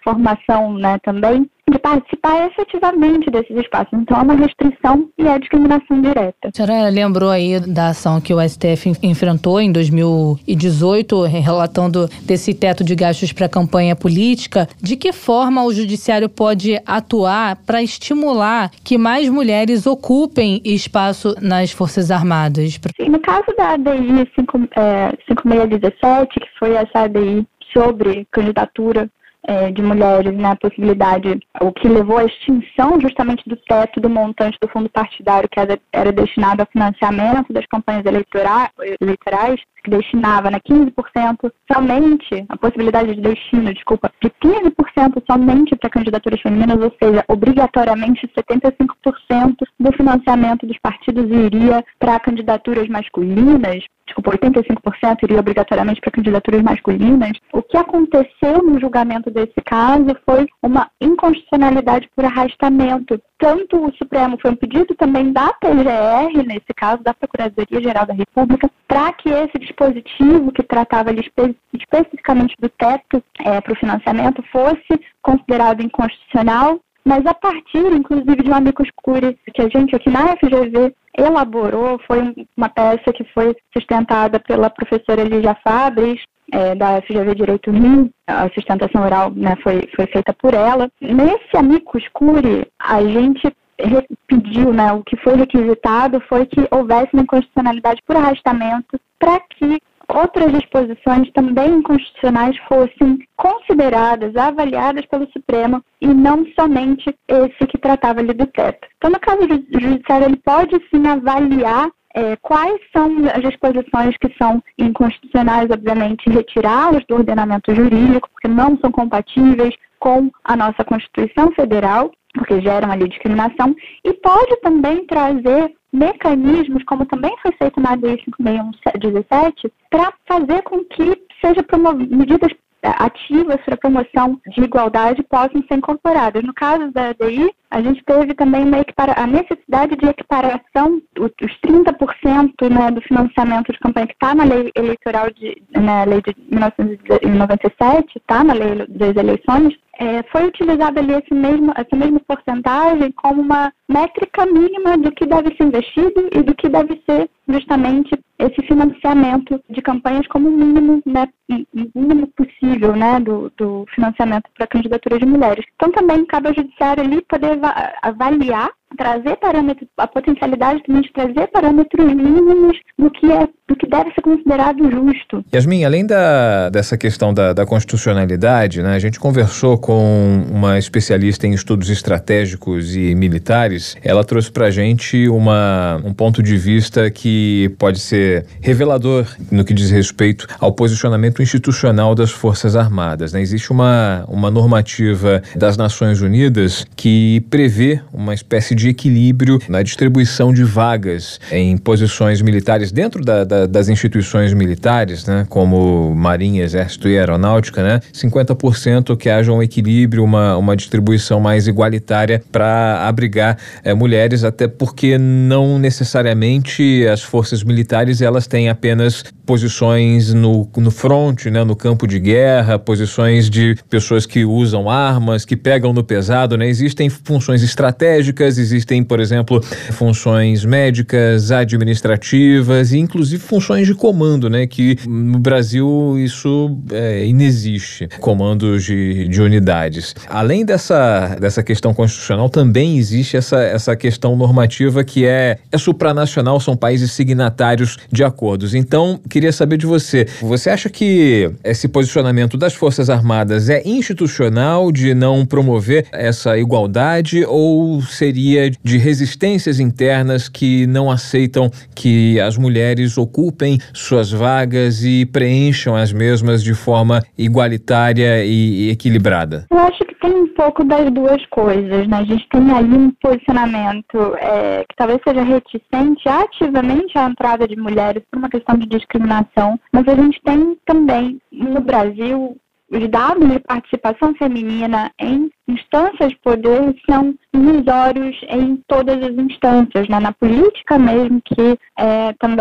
formação, né, também, de participar efetivamente desses espaços. Então, é uma restrição e é discriminação direta. A senhora lembrou aí da ação que o S T F enfrentou em dois mil e dezoito, relatando desse teto de gastos para campanha política. De que forma o judiciário pode atuar para estimular que mais mulheres ocupem espaço nas Forças Armadas? Sim, no caso da A D I cinco mil seiscentos e dezessete, que foi essa A D I sobre candidatura É, de mulheres, né, a possibilidade, o que levou à extinção justamente do teto do montante do fundo partidário que era, era destinado ao financiamento das campanhas eleitorais, eleitorais que destinava, né, quinze por cento somente, a possibilidade de destino, desculpa, de quinze por cento somente para candidaturas femininas, ou seja, obrigatoriamente setenta e cinco por cento do financiamento dos partidos iria para candidaturas masculinas, desculpa, oitenta e cinco por cento iria obrigatoriamente para candidaturas masculinas. O que aconteceu no julgamento desse caso foi uma inconstitucionalidade por arrastamento. Tanto o Supremo, foi um pedido também da P G R, nesse caso, da Procuradoria-Geral da República, para que esse dispositivo que tratava ali espe- especificamente do teto é, para o financiamento fosse considerado inconstitucional, mas a partir, inclusive, de um amicus curiae que a gente aqui na F G V elaborou, foi uma peça que foi sustentada pela professora Lígia Fabres, é, da F G V Direito Rio, a sustentação oral, né, foi, foi feita por ela. Nesse amicus curiae, a gente pediu, né, o que foi requisitado foi que houvesse uma inconstitucionalidade por arrastamento para que outras disposições também inconstitucionais fossem consideradas, avaliadas pelo Supremo e não somente esse que tratava ali do teto. Então, no caso do judiciário, ele pode sim avaliar é, quais são as disposições que são inconstitucionais, obviamente, retirá-las do ordenamento jurídico, porque não são compatíveis com a nossa Constituição Federal, porque geram ali discriminação, e pode também trazer mecanismos, como também foi feito na A D I cinco mil seiscentos e dezessete, para fazer com que seja promovidas medidas ativas para a promoção de igualdade possam ser incorporadas. No caso da A D I, a gente teve também uma equipara- a necessidade de equiparação, os trinta por cento, né, do financiamento de campanha que está na lei eleitoral, de, na lei de mil novecentos e noventa e sete, está na lei das eleições, é, foi utilizada ali esse mesmo, essa mesma porcentagem como uma métrica mínima do que deve ser investido e do que deve ser justamente esse financiamento de campanhas como mínimo, né, mínimo possível, né, do, do financiamento para candidaturas de mulheres. Então também cabe ao judiciário ali poder avaliar, trazer parâmetros, a potencialidade também de trazer parâmetros mínimos do que, é, do que deve ser considerado justo. Yasmin, além da, dessa questão da, da constitucionalidade, né, a gente conversou com uma especialista em estudos estratégicos e militares. Ela trouxe pra gente uma, um ponto de vista que pode ser revelador no que diz respeito ao posicionamento institucional das Forças Armadas, né? Existe uma, uma normativa das Nações Unidas que prevê uma espécie de equilíbrio na distribuição de vagas em posições militares dentro da, da, das instituições militares, né, como Marinha, Exército e Aeronáutica, né, cinquenta por cento que haja um equilíbrio, uma, uma distribuição mais igualitária para abrigar é, mulheres, até porque não necessariamente as forças militares elas têm apenas posições no, no front, né, no campo de guerra, posições de pessoas que usam armas, que pegam no pesado, né, existem funções estratégicas, existem, por exemplo, funções médicas, administrativas e inclusive funções de comando, né? Que no Brasil isso é, inexiste, comandos de, de unidades. Além dessa, dessa questão constitucional, também existe essa, essa questão normativa que é, é supranacional, são países signatários de acordos. Então, queria saber de você, você acha que esse posicionamento das Forças Armadas é institucional de não promover essa igualdade ou seria de resistências internas que não aceitam que as mulheres ocupem suas vagas e preencham as mesmas de forma igualitária e equilibrada? Eu acho que tem um pouco das duas coisas, né? A gente tem ali um posicionamento é, que talvez seja reticente ativamente à entrada de mulheres por uma questão de discriminação, mas a gente tem também no Brasil os dados de participação feminina em instâncias de poder são irrisórios em todas as instâncias, né? Na política mesmo, que é também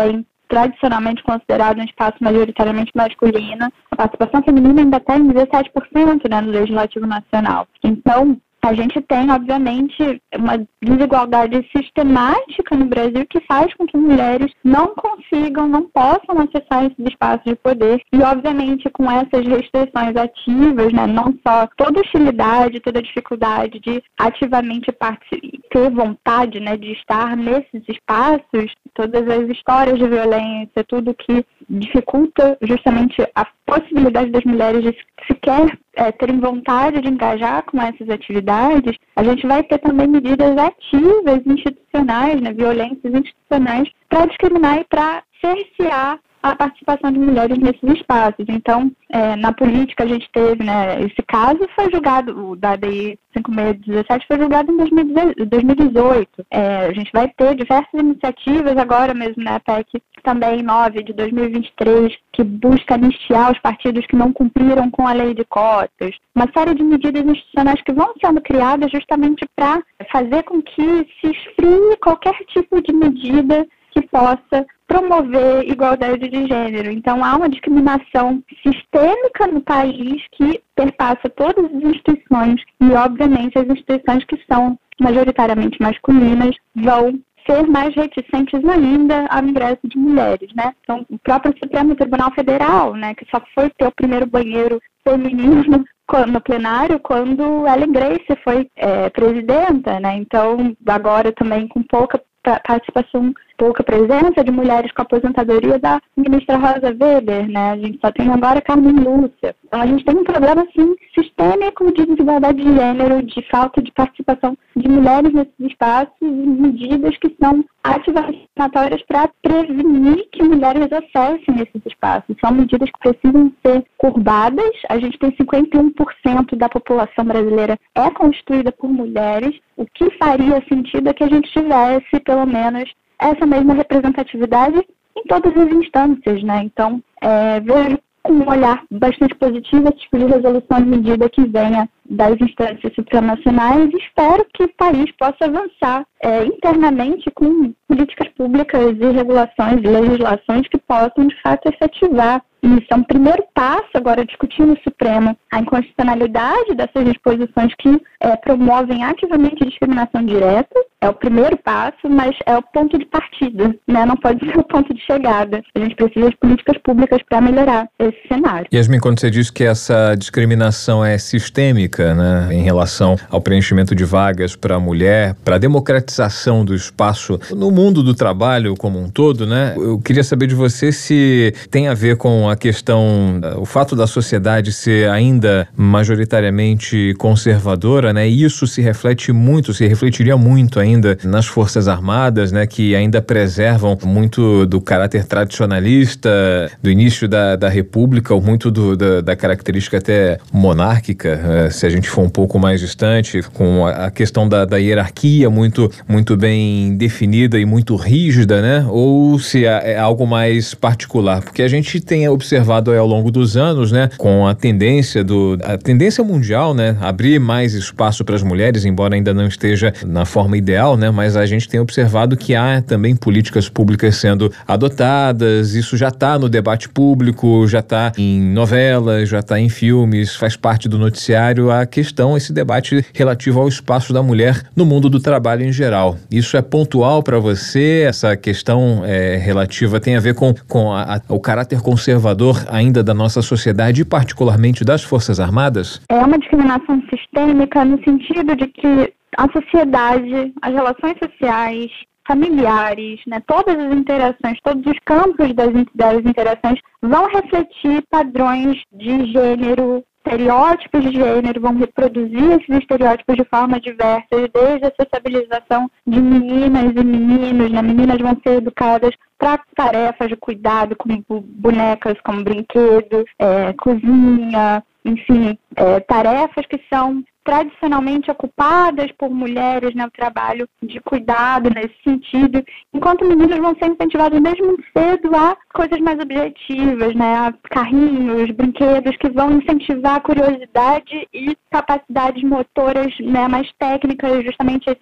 tradicionalmente considerado um espaço majoritariamente masculino, a participação feminina ainda está em dezessete por cento, né, no Legislativo Nacional. Então, a gente tem, obviamente, uma desigualdade sistemática no Brasil que faz com que mulheres não consigam, não possam acessar esses espaços de poder. E, obviamente, com essas restrições ativas, né, não só toda hostilidade, toda dificuldade de ativamente ter vontade, né, de estar nesses espaços, todas as histórias de violência, tudo que dificulta justamente a possibilidade das mulheres de sequer é, terem vontade de engajar com essas atividades, a gente vai ter também medidas ativas institucionais, né, violências institucionais, para discriminar e para cercear a participação de mulheres nesses espaços. Então, é, na política a gente teve, né, esse caso foi julgado, o da D I cinco mil seiscentos e dezessete foi julgado em dois mil e dezoito. É, a gente vai ter diversas iniciativas agora mesmo, né, a P E C também nove de dois mil e vinte e três, que busca anistiar os partidos que não cumpriram com a lei de cotas. Uma série de medidas institucionais que vão sendo criadas justamente para fazer com que se esfrie qualquer tipo de medida que possa promover igualdade de gênero. Então, há uma discriminação sistêmica no país que perpassa todas as instituições e, obviamente, as instituições que são majoritariamente masculinas vão ser mais reticentes ainda ao ingresso de mulheres, né? Então, o próprio Supremo Tribunal Federal, né, que só foi ter o primeiro banheiro feminino no plenário quando Ellen Grace foi é, presidenta, né? Então, agora também com pouca participação, pouca presença de mulheres com aposentadoria da ministra Rosa Weber, né? A gente só tem agora Carmen Lúcia. Então, a gente tem um problema, assim, sistêmico de desigualdade de gênero, de falta de participação de mulheres nesses espaços e medidas que são ativamente para prevenir que mulheres acessem esses espaços. São medidas que precisam ser curvadas. A gente tem cinquenta e um por cento da população brasileira é constituída por mulheres. O que faria sentido é que a gente tivesse, pelo menos, essa mesma representatividade em todas as instâncias, né? Então, é, vejo com um olhar bastante positivo esse tipo de resolução de medida que venha das instâncias supranacionais e espero que o país possa avançar é, internamente com políticas públicas e regulações e legislações que possam, de fato, efetivar isso. É um primeiro passo agora discutir no Supremo a inconstitucionalidade dessas disposições que é, promovem ativamente a discriminação direta. É o primeiro passo, mas é o ponto de partida, né? Não pode ser o ponto de chegada. A gente precisa de políticas públicas para melhorar esse cenário. Yasmin, quando você diz que essa discriminação é sistêmica, né, em relação ao preenchimento de vagas para a mulher, para a democratização do espaço no mundo do trabalho como um todo, né? Eu queria saber de você se tem a ver com a questão, o fato da sociedade ser ainda majoritariamente conservadora, né? E isso se reflete muito, se refletiria muito ainda nas Forças Armadas, né? Que ainda preservam muito do caráter tradicionalista do início da, da República, ou muito do, da, da característica até monárquica, eh, se a gente for um pouco mais distante, com a, a questão da, da hierarquia muito, muito bem definida e muito rígida, né? Ou se é, é algo mais particular, porque a gente tem observado ao longo dos anos, né, com a tendência do a tendência mundial, né, abrir mais espaço para as mulheres, embora ainda não esteja na forma ideal, né, mas a gente tem observado que há também políticas públicas sendo adotadas. Isso já está no debate público, já está em novelas, já está em filmes, faz parte do noticiário a questão, esse debate relativo ao espaço da mulher no mundo do trabalho em geral. Isso é pontual para você? Essa questão é, relativa tem a ver com, com a, a, o caráter conservador ainda da nossa sociedade e particularmente das Forças Armadas? É uma discriminação sistêmica no sentido de que a sociedade, as relações sociais, familiares, né, todas as interações, todos os campos das, das interações vão refletir padrões de gênero, estereótipos de gênero, vão reproduzir esses estereótipos de forma diversa, desde a sociabilização de meninas e meninos, né? Meninas vão ser educadas para tarefas de cuidado, como bonecas, como brinquedos, é, cozinha, enfim, é, tarefas que são tradicionalmente ocupadas por mulheres, né, o trabalho de cuidado nesse sentido, enquanto meninos vão ser incentivados desde muito cedo a coisas mais objetivas, né, a carrinhos, brinquedos que vão incentivar a curiosidade e capacidades motoras, né, mais técnicas, justamente esse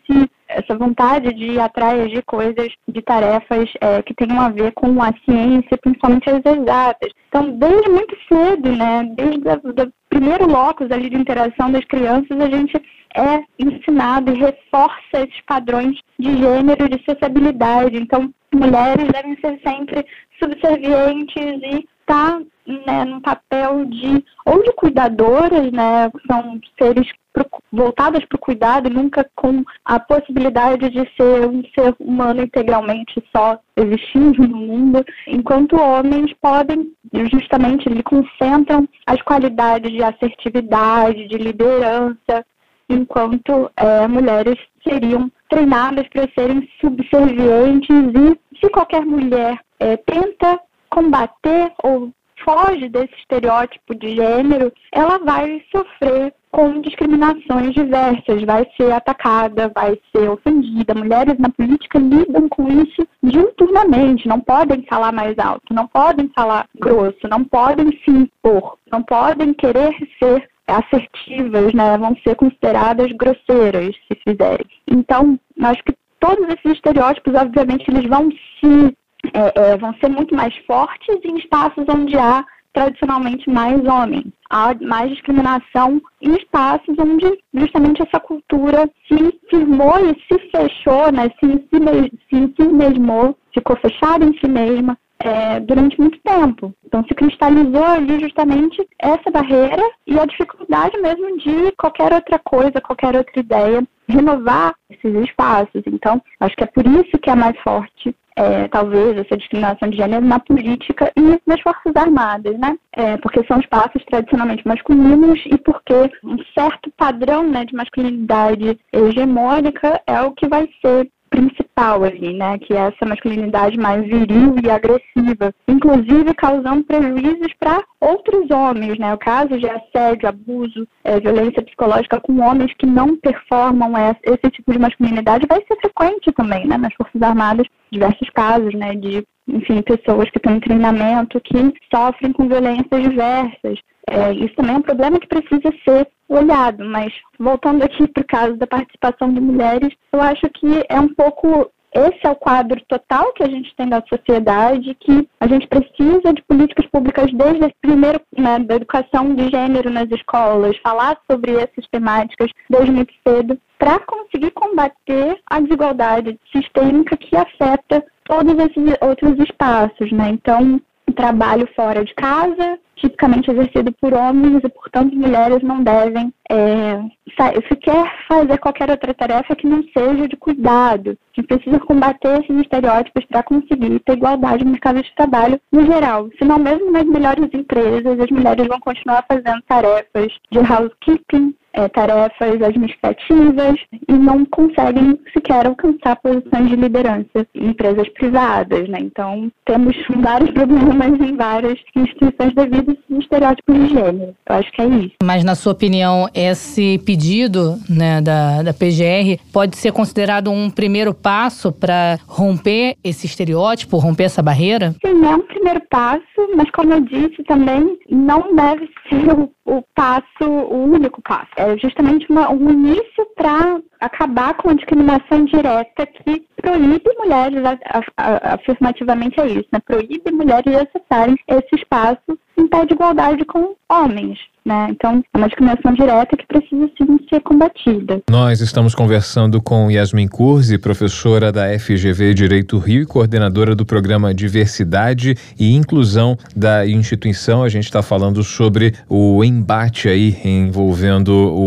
essa vontade de ir atrás de coisas, de tarefas é, que tenham a ver com a ciência, principalmente as exatas. Então, desde muito cedo, né, desde o primeiro locus ali de interação das crianças, a gente é ensinado e reforça esses padrões de gênero e de sociabilidade. Então, mulheres devem ser sempre subservientes e estar, né, num papel de, ou de cuidadoras, né, são seres voltadas para o cuidado e nunca com a possibilidade de ser um ser humano integralmente só existindo no mundo, enquanto homens podem, justamente, eles concentram as qualidades de assertividade, de liderança, enquanto é, mulheres seriam treinadas para serem subservientes e se qualquer mulher é, tenta combater ou foge desse estereótipo de gênero, ela vai sofrer com discriminações diversas, vai ser atacada, vai ser ofendida. Mulheres na política lidam com isso diuturnamente, não podem falar mais alto, não podem falar grosso, não podem se impor, não podem querer ser assertivas, né? Vão ser consideradas grosseiras se fizerem. Então, acho que todos esses estereótipos, obviamente, eles vão se É, é, vão ser muito mais fortes em espaços onde há tradicionalmente mais homens. Há mais discriminação em espaços onde justamente essa cultura se firmou e se fechou, né? se, se, se, se mesmou, ficou fechada em si mesma é, durante muito tempo. Então se cristalizou ali justamente essa barreira e a dificuldade mesmo de qualquer outra coisa, qualquer outra ideia, renovar esses espaços. Então acho que é por isso que é mais forte É, talvez essa discriminação de gênero na política e nas Forças Armadas, né? É, porque são espaços tradicionalmente masculinos e porque um certo padrão, né, de masculinidade hegemônica é o que vai ser principal ali, né? Que é essa masculinidade mais viril e agressiva, inclusive causando prejuízos para outros homens, né? O caso de assédio, abuso, é, violência psicológica com homens que não performam esse tipo de masculinidade vai ser frequente também, né? Nas Forças Armadas, diversos casos, né? De, enfim, pessoas que têm treinamento que sofrem com violências diversas. É, isso também é um problema que precisa ser olhado, mas voltando aqui para o caso da participação de mulheres, eu acho que é um pouco, esse é o quadro total que a gente tem da sociedade, que a gente precisa de políticas públicas desde o primeiro, né, da educação de gênero nas escolas, falar sobre essas temáticas desde muito cedo, para conseguir combater a desigualdade sistêmica que afeta todos esses outros espaços, né? Então, o trabalho fora de casa, tipicamente exercido por homens e, portanto, mulheres não devem é, sequer fazer qualquer outra tarefa que não seja de cuidado. A gente precisa combater esses estereótipos para conseguir ter igualdade no mercado de trabalho no geral. Senão, mesmo nas melhores empresas, as mulheres vão continuar fazendo tarefas de housekeeping, é, tarefas administrativas e não conseguem sequer alcançar posições de liderança em empresas privadas, né? Então, temos vários problemas em várias instituições devido a esses estereótipos de gênero. Eu acho que é isso. Mas, na sua opinião, esse pedido, né, da, da P G R pode ser considerado um primeiro passo para romper esse estereótipo, romper essa barreira? Sim, é um primeiro passo, mas como eu disse também, não deve ser o, o passo, o único passo. É justamente uma, um início para acabar com a discriminação direta que proíbe mulheres, a, a, a, afirmativamente é isso, né? Proíbe mulheres de acessarem esse espaço em pé de igualdade com homens, né? Então, é uma discriminação direta que precisa sim ser combatida. Nós estamos conversando com Yasmin Curzi, professora da F G V Direito Rio e coordenadora do programa Diversidade e Inclusão da instituição. A gente está falando sobre o embate aí envolvendo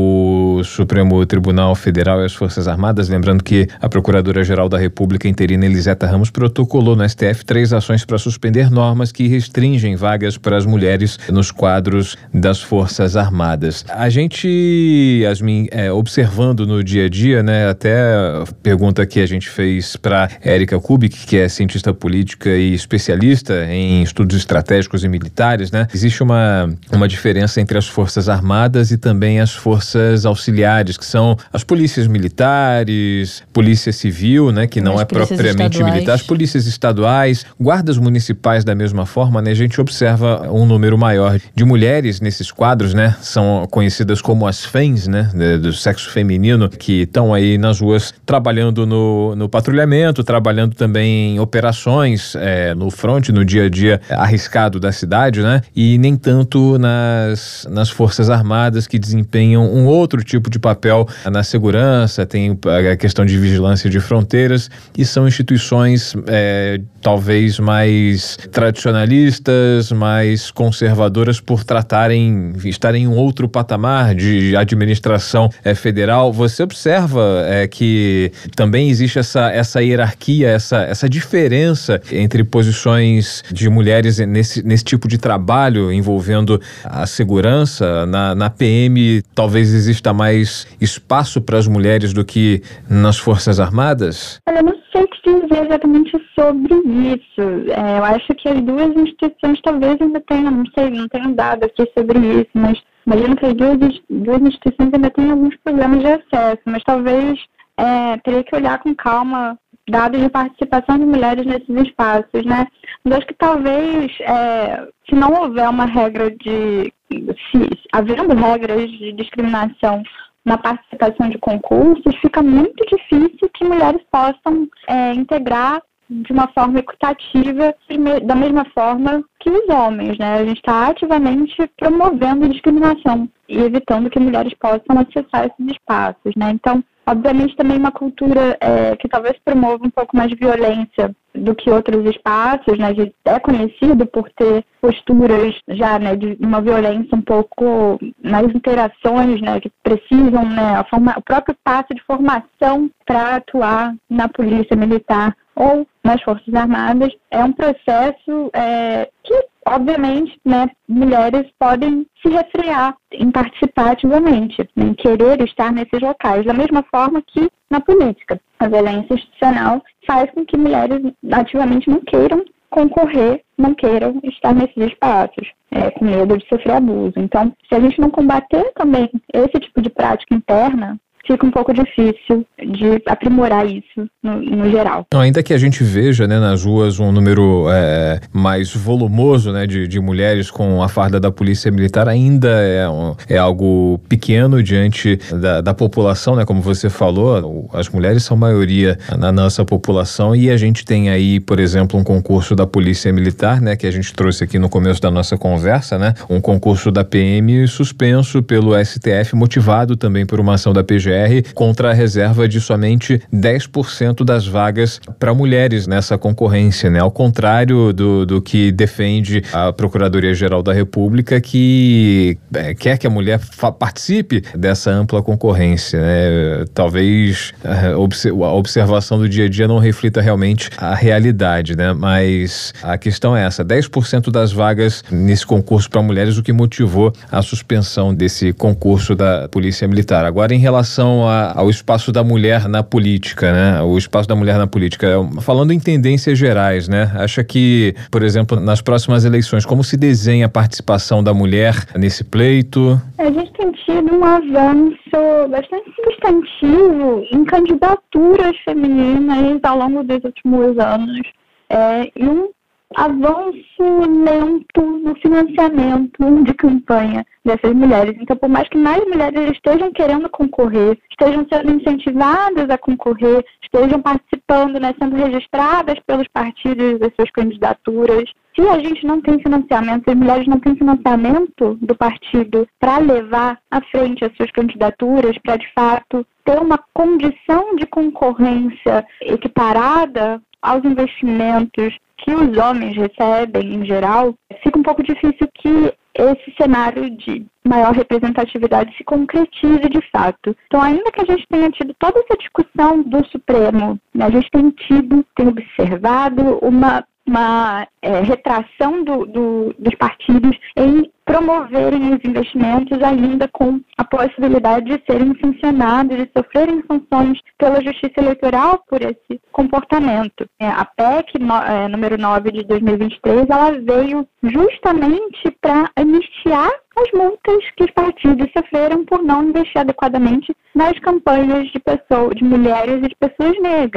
o Supremo Tribunal Federal e as Forças Armadas. Lembrando que a Procuradora-Geral da República interina Eliseta Ramos protocolou no S T F três ações para suspender normas que restringem vagas para as mulheres nos quadros das Forças Armadas. A gente, Yasmin, é, observando no dia a dia, né, até a pergunta que a gente fez para Érica Kubik, que é cientista política e especialista em estudos estratégicos e militares, né, existe uma, uma diferença entre as Forças Armadas e também as Forças Auxiliares, que são as polícias militares, polícia civil, né, que não é propriamente militar, as polícias estaduais, guardas municipais da mesma forma, né, a gente observa um número maior de mulheres nesses quadros. quadros, né? São conhecidas como as F E Ms, né? Do sexo feminino, que estão aí nas ruas trabalhando no, no patrulhamento, trabalhando também em operações é, no front, no dia a dia arriscado da cidade, né? E nem tanto nas, nas Forças Armadas, que desempenham um outro tipo de papel na segurança, tem a questão de vigilância de fronteiras, e são instituições é, talvez mais tradicionalistas, mais conservadoras por tratarem, estarem em um outro patamar de administração é, federal. Você observa é, que também existe essa, essa hierarquia, essa, essa diferença entre posições de mulheres nesse, nesse tipo de trabalho envolvendo a segurança. Na, na P M talvez exista mais espaço para as mulheres do que nas Forças Armadas? Olha, eu não sei o que dizer exatamente sobre isso. É, eu acho que as duas instituições talvez ainda tenham, não sei, não tenho dado aqui sobre isso, mas imagino que as duas, duas instituições ainda tenham alguns problemas de acesso, mas talvez é, teria que olhar com calma dados de participação de mulheres nesses espaços, né? Mas acho que talvez, é, se não houver uma regra de... Se, havendo regras de discriminação na participação de concursos, fica muito difícil que mulheres possam é, integrar de uma forma equitativa, da mesma forma que os homens, né? A gente está ativamente promovendo discriminação e evitando que mulheres possam acessar esses espaços, né? Então, obviamente, também uma cultura é, que talvez promova um pouco mais de violência do que outros espaços, né? A gente é conhecido por ter posturas já, né, de uma violência um pouco nas interações, né, que precisam, né, a forma, o próprio passo de formação para atuar na polícia militar ou nas Forças Armadas. É um processo é, que, obviamente, né, mulheres podem se refrear em participar ativamente, em querer estar nesses locais, da mesma forma que na política. A violência institucional faz com que mulheres ativamente não queiram concorrer, não queiram estar nesses espaços, é, com medo de sofrer abuso. Então, se a gente não combater também esse tipo de prática interna, fica um pouco difícil de aprimorar isso no, no geral. Então, ainda que a gente veja, né, nas ruas um número é, mais volumoso, né, de, de mulheres com a farda da Polícia Militar, ainda é, um, é algo pequeno diante da, da população, né, como você falou, as mulheres são maioria na nossa população, e a gente tem aí, por exemplo, um concurso da Polícia Militar, né, que a gente trouxe aqui no começo da nossa conversa, né, um concurso da P M suspenso pelo S T F, motivado também por uma ação da P G R contra a reserva de somente dez por cento das vagas para mulheres nessa concorrência, né? Ao contrário do, do que defende a Procuradoria-Geral da República, que é, quer que a mulher participe dessa ampla concorrência, né? Talvez é, a observação do dia a dia não reflita realmente a realidade, né? Mas a questão é essa, dez por cento das vagas nesse concurso para mulheres, o que motivou a suspensão desse concurso da Polícia Militar. Agora, em relação a, ao espaço da mulher na política, né? O espaço da mulher na política, falando em tendências gerais, né? Acha que, por exemplo, nas próximas eleições, como se desenha a participação da mulher nesse pleito? A gente tem tido um avanço bastante substantivo em candidaturas femininas ao longo dos últimos anos, é, e um avanço lento no financiamento de campanha dessas mulheres. Então, por mais que mais mulheres estejam querendo concorrer, estejam sendo incentivadas a concorrer, estejam participando, né, sendo registradas pelos partidos das suas candidaturas, se a gente não tem financiamento, se as mulheres não têm financiamento do partido para levar à frente as suas candidaturas, para, de fato, ter uma condição de concorrência equiparada aos investimentos que os homens recebem em geral, fica um pouco difícil que esse cenário de maior representatividade se concretize de fato. Então, ainda que a gente tenha tido toda essa discussão do Supremo, né, a gente tem tido, tem observado uma, uma é, retração do, do, dos partidos em promoverem os investimentos, ainda com a possibilidade de serem sancionados, de sofrerem sanções pela Justiça Eleitoral por esse comportamento. A P E C no, é, número nove de dois mil e vinte e três, ela veio justamente para anistiar as multas que os partidos sofreram por não investir adequadamente nas campanhas de pessoas, de mulheres e de pessoas negras.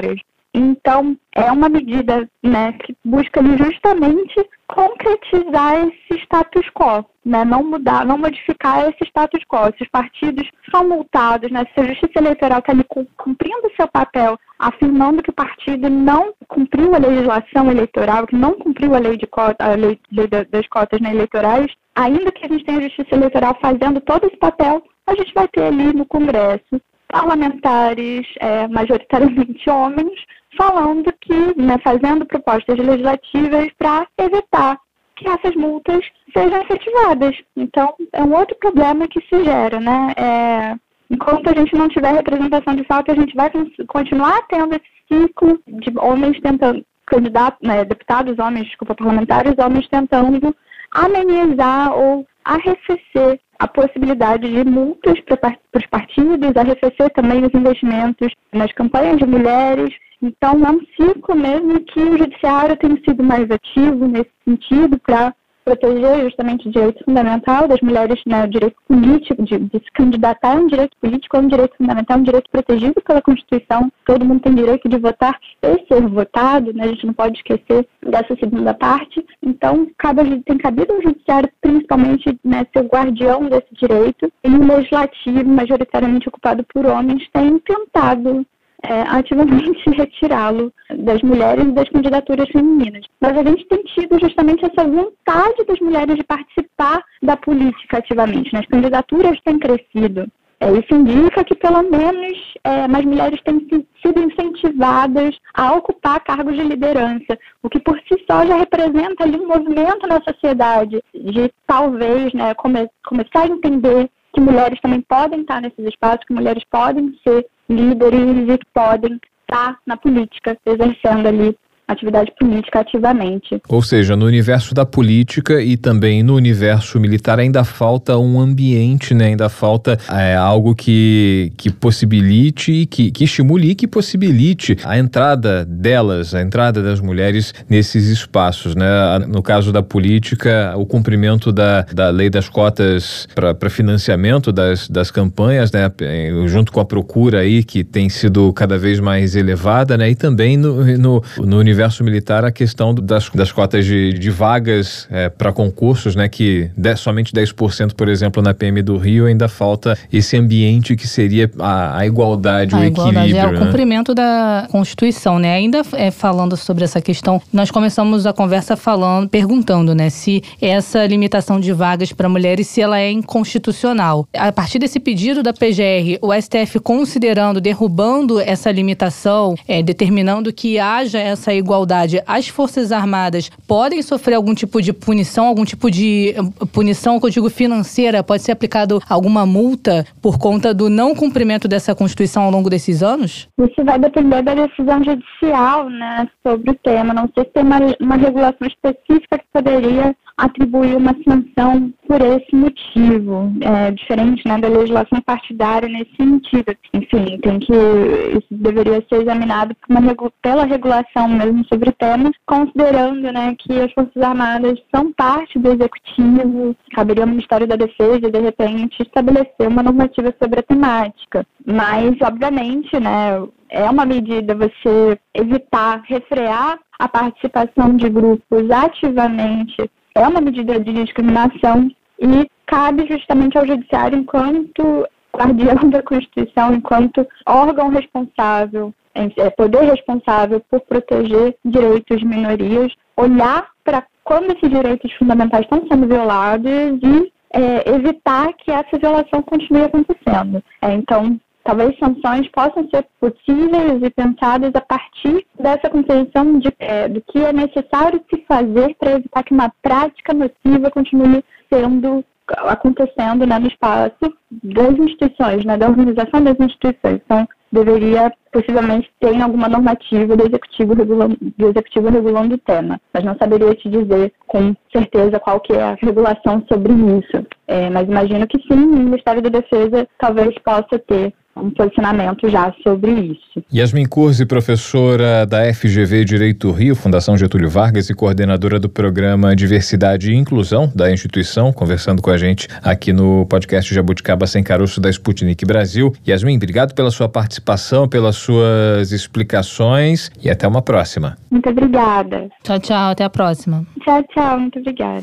Então, é uma medida, né, que busca ali justamente concretizar esse status quo, né, não mudar, não modificar esse status quo. Esses partidos são multados, né, se a Justiça Eleitoral está ali cumprindo o seu papel, afirmando que o partido não cumpriu a legislação eleitoral, que não cumpriu a lei, de cota, a lei, lei das cotas, né, eleitorais, ainda que a gente tenha a Justiça Eleitoral fazendo todo esse papel, a gente vai ter ali no Congresso parlamentares, é, majoritariamente homens, falando que, né, fazendo propostas legislativas para evitar que essas multas sejam efetivadas. Então, é um outro problema que se gera, né? É, enquanto a gente não tiver representação de fato, a gente vai continuar tendo esse ciclo de homens tentando, candidatos, né, deputados, homens, desculpa, parlamentares, homens tentando amenizar ou arrefecer a possibilidade de multas para os partidos, arrefecer também os investimentos nas campanhas de mulheres. Então, é um ciclo mesmo que o judiciário tem sido mais ativo nesse sentido para proteger justamente o direito fundamental das mulheres, né, o direito político, de, de se candidatar a um direito político, é um direito fundamental, um direito protegido pela Constituição. Todo mundo tem direito de votar e ser votado, né, a gente não pode esquecer dessa segunda parte. Então, cabe, tem cabido ao judiciário, principalmente, né, ser o guardião desse direito, e o legislativo, majoritariamente ocupado por homens, tem tentado É, ativamente retirá-lo das mulheres e das candidaturas femininas. Mas a gente tem tido justamente essa vontade das mulheres de participar da política ativamente, né? As candidaturas têm crescido. É, isso indica que, pelo menos, é, mais mulheres têm sido incentivadas a ocupar cargos de liderança, o que por si só já representa ali um movimento na sociedade de, talvez, né, come- começar a entender que mulheres também podem estar nesses espaços, que mulheres podem ser líderes e que podem estar na política, exercendo ali atividade política ativamente. Ou seja, no universo da política e também no universo militar ainda falta um ambiente, né? Ainda falta é, algo que, que possibilite, que, que estimule e que possibilite a entrada delas, a entrada das mulheres nesses espaços, né? No caso da política, o cumprimento da, da lei das cotas para financiamento das, das campanhas, né? Junto com a procura aí que tem sido cada vez mais elevada, né? E também no, no, no universo universo militar a questão das, das cotas de, de vagas é, para concursos, né, que de, somente dez por cento, por exemplo, na P M do Rio ainda falta esse ambiente que seria a, a igualdade, a o igualdade equilíbrio. É o né? cumprimento da Constituição, né? Ainda é, falando sobre essa questão, nós começamos a conversa falando, perguntando, né, se essa limitação de vagas para mulheres, se ela é inconstitucional. A partir desse pedido da P G R, o S T F considerando, derrubando essa limitação, é, determinando que haja essa igualdade, as Forças Armadas podem sofrer algum tipo de punição, algum tipo de punição, que eu digo financeira, pode ser aplicado alguma multa por conta do não cumprimento dessa Constituição ao longo desses anos? Isso vai depender da decisão judicial, né, sobre o tema. Não sei se tem uma, uma regulação específica que poderia atribuir uma sanção por esse motivo, é, diferente, né, da legislação partidária nesse sentido. Enfim, tem que, isso deveria ser examinado por uma, pela regulação mesmo sobre o tema, considerando, né, que as Forças Armadas são parte do Executivo, caberia ao Ministério da Defesa, de repente, estabelecer uma normativa sobre a temática. Mas, obviamente, né, é uma medida você evitar, refrear a participação de grupos ativamente, é uma medida de discriminação e cabe justamente ao Judiciário, enquanto guardião da Constituição, enquanto órgão responsável, é, poder responsável por proteger direitos de minorias, olhar para quando esses direitos fundamentais estão sendo violados e é, evitar que essa violação continue acontecendo. É, então, talvez sanções possam ser possíveis e pensadas a partir dessa compreensão de, é, do que é necessário se fazer para evitar que uma prática nociva continue sendo, acontecendo, né, no espaço das instituições, né, da organização das instituições. Então, deveria possivelmente ter alguma normativa do executivo regulando, do executivo regulando o tema. Mas não saberia te dizer com certeza qual que é a regulação sobre isso. É, mas imagino que sim, o Ministério da Defesa talvez possa ter um posicionamento já sobre isso. Yasmin Curzi, professora da F G V Direito Rio, Fundação Getúlio Vargas, e coordenadora do programa Diversidade e Inclusão da instituição, conversando com a gente aqui no podcast Jabuticaba Sem Caroço da Sputnik Brasil. Yasmin, obrigado pela sua participação, pelas suas explicações e até uma próxima. Muito obrigada. Tchau, tchau. Até a próxima. Tchau, tchau. Muito obrigada.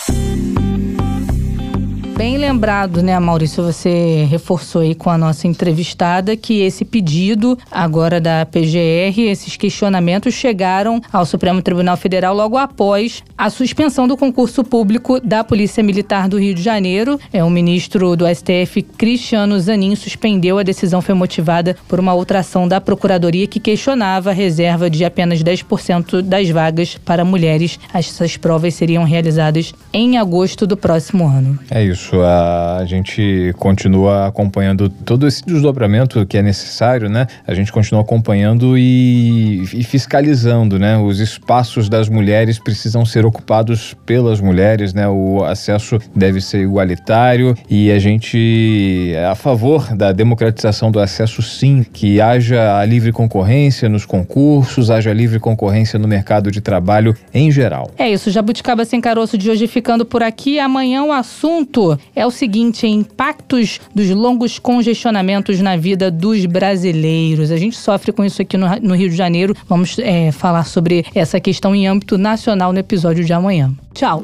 Bem lembrado, né, Maurício? Você reforçou aí com a nossa entrevistada que esse pedido agora da P G R, esses questionamentos chegaram ao Supremo Tribunal Federal logo após a suspensão do concurso público da Polícia Militar do Rio de Janeiro. É, o ministro do S T F, Cristiano Zanin, suspendeu. A decisão foi motivada por uma outra ação da Procuradoria que questionava a reserva de apenas dez por cento das vagas para mulheres. Essas provas seriam realizadas em agosto do próximo ano. É isso. A gente continua acompanhando todo esse desdobramento que é necessário, né? A gente continua acompanhando e, e fiscalizando, né? Os espaços das mulheres precisam ser ocupados pelas mulheres, né? O acesso deve ser igualitário e a gente é a favor da democratização do acesso, sim, que haja a livre concorrência nos concursos, haja livre concorrência no mercado de trabalho em geral. É isso, Jabuticaba Sem Caroço de hoje ficando por aqui. Amanhã o assunto é o seguinte: impactos dos longos congestionamentos na vida dos brasileiros. A gente sofre com isso aqui no, no Rio de Janeiro. Vamos é, falar sobre essa questão em âmbito nacional no episódio de amanhã. Tchau!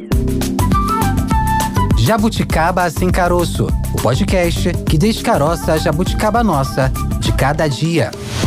Jabuticaba Sem Caroço, o podcast que descaroça a jabuticaba nossa de cada dia.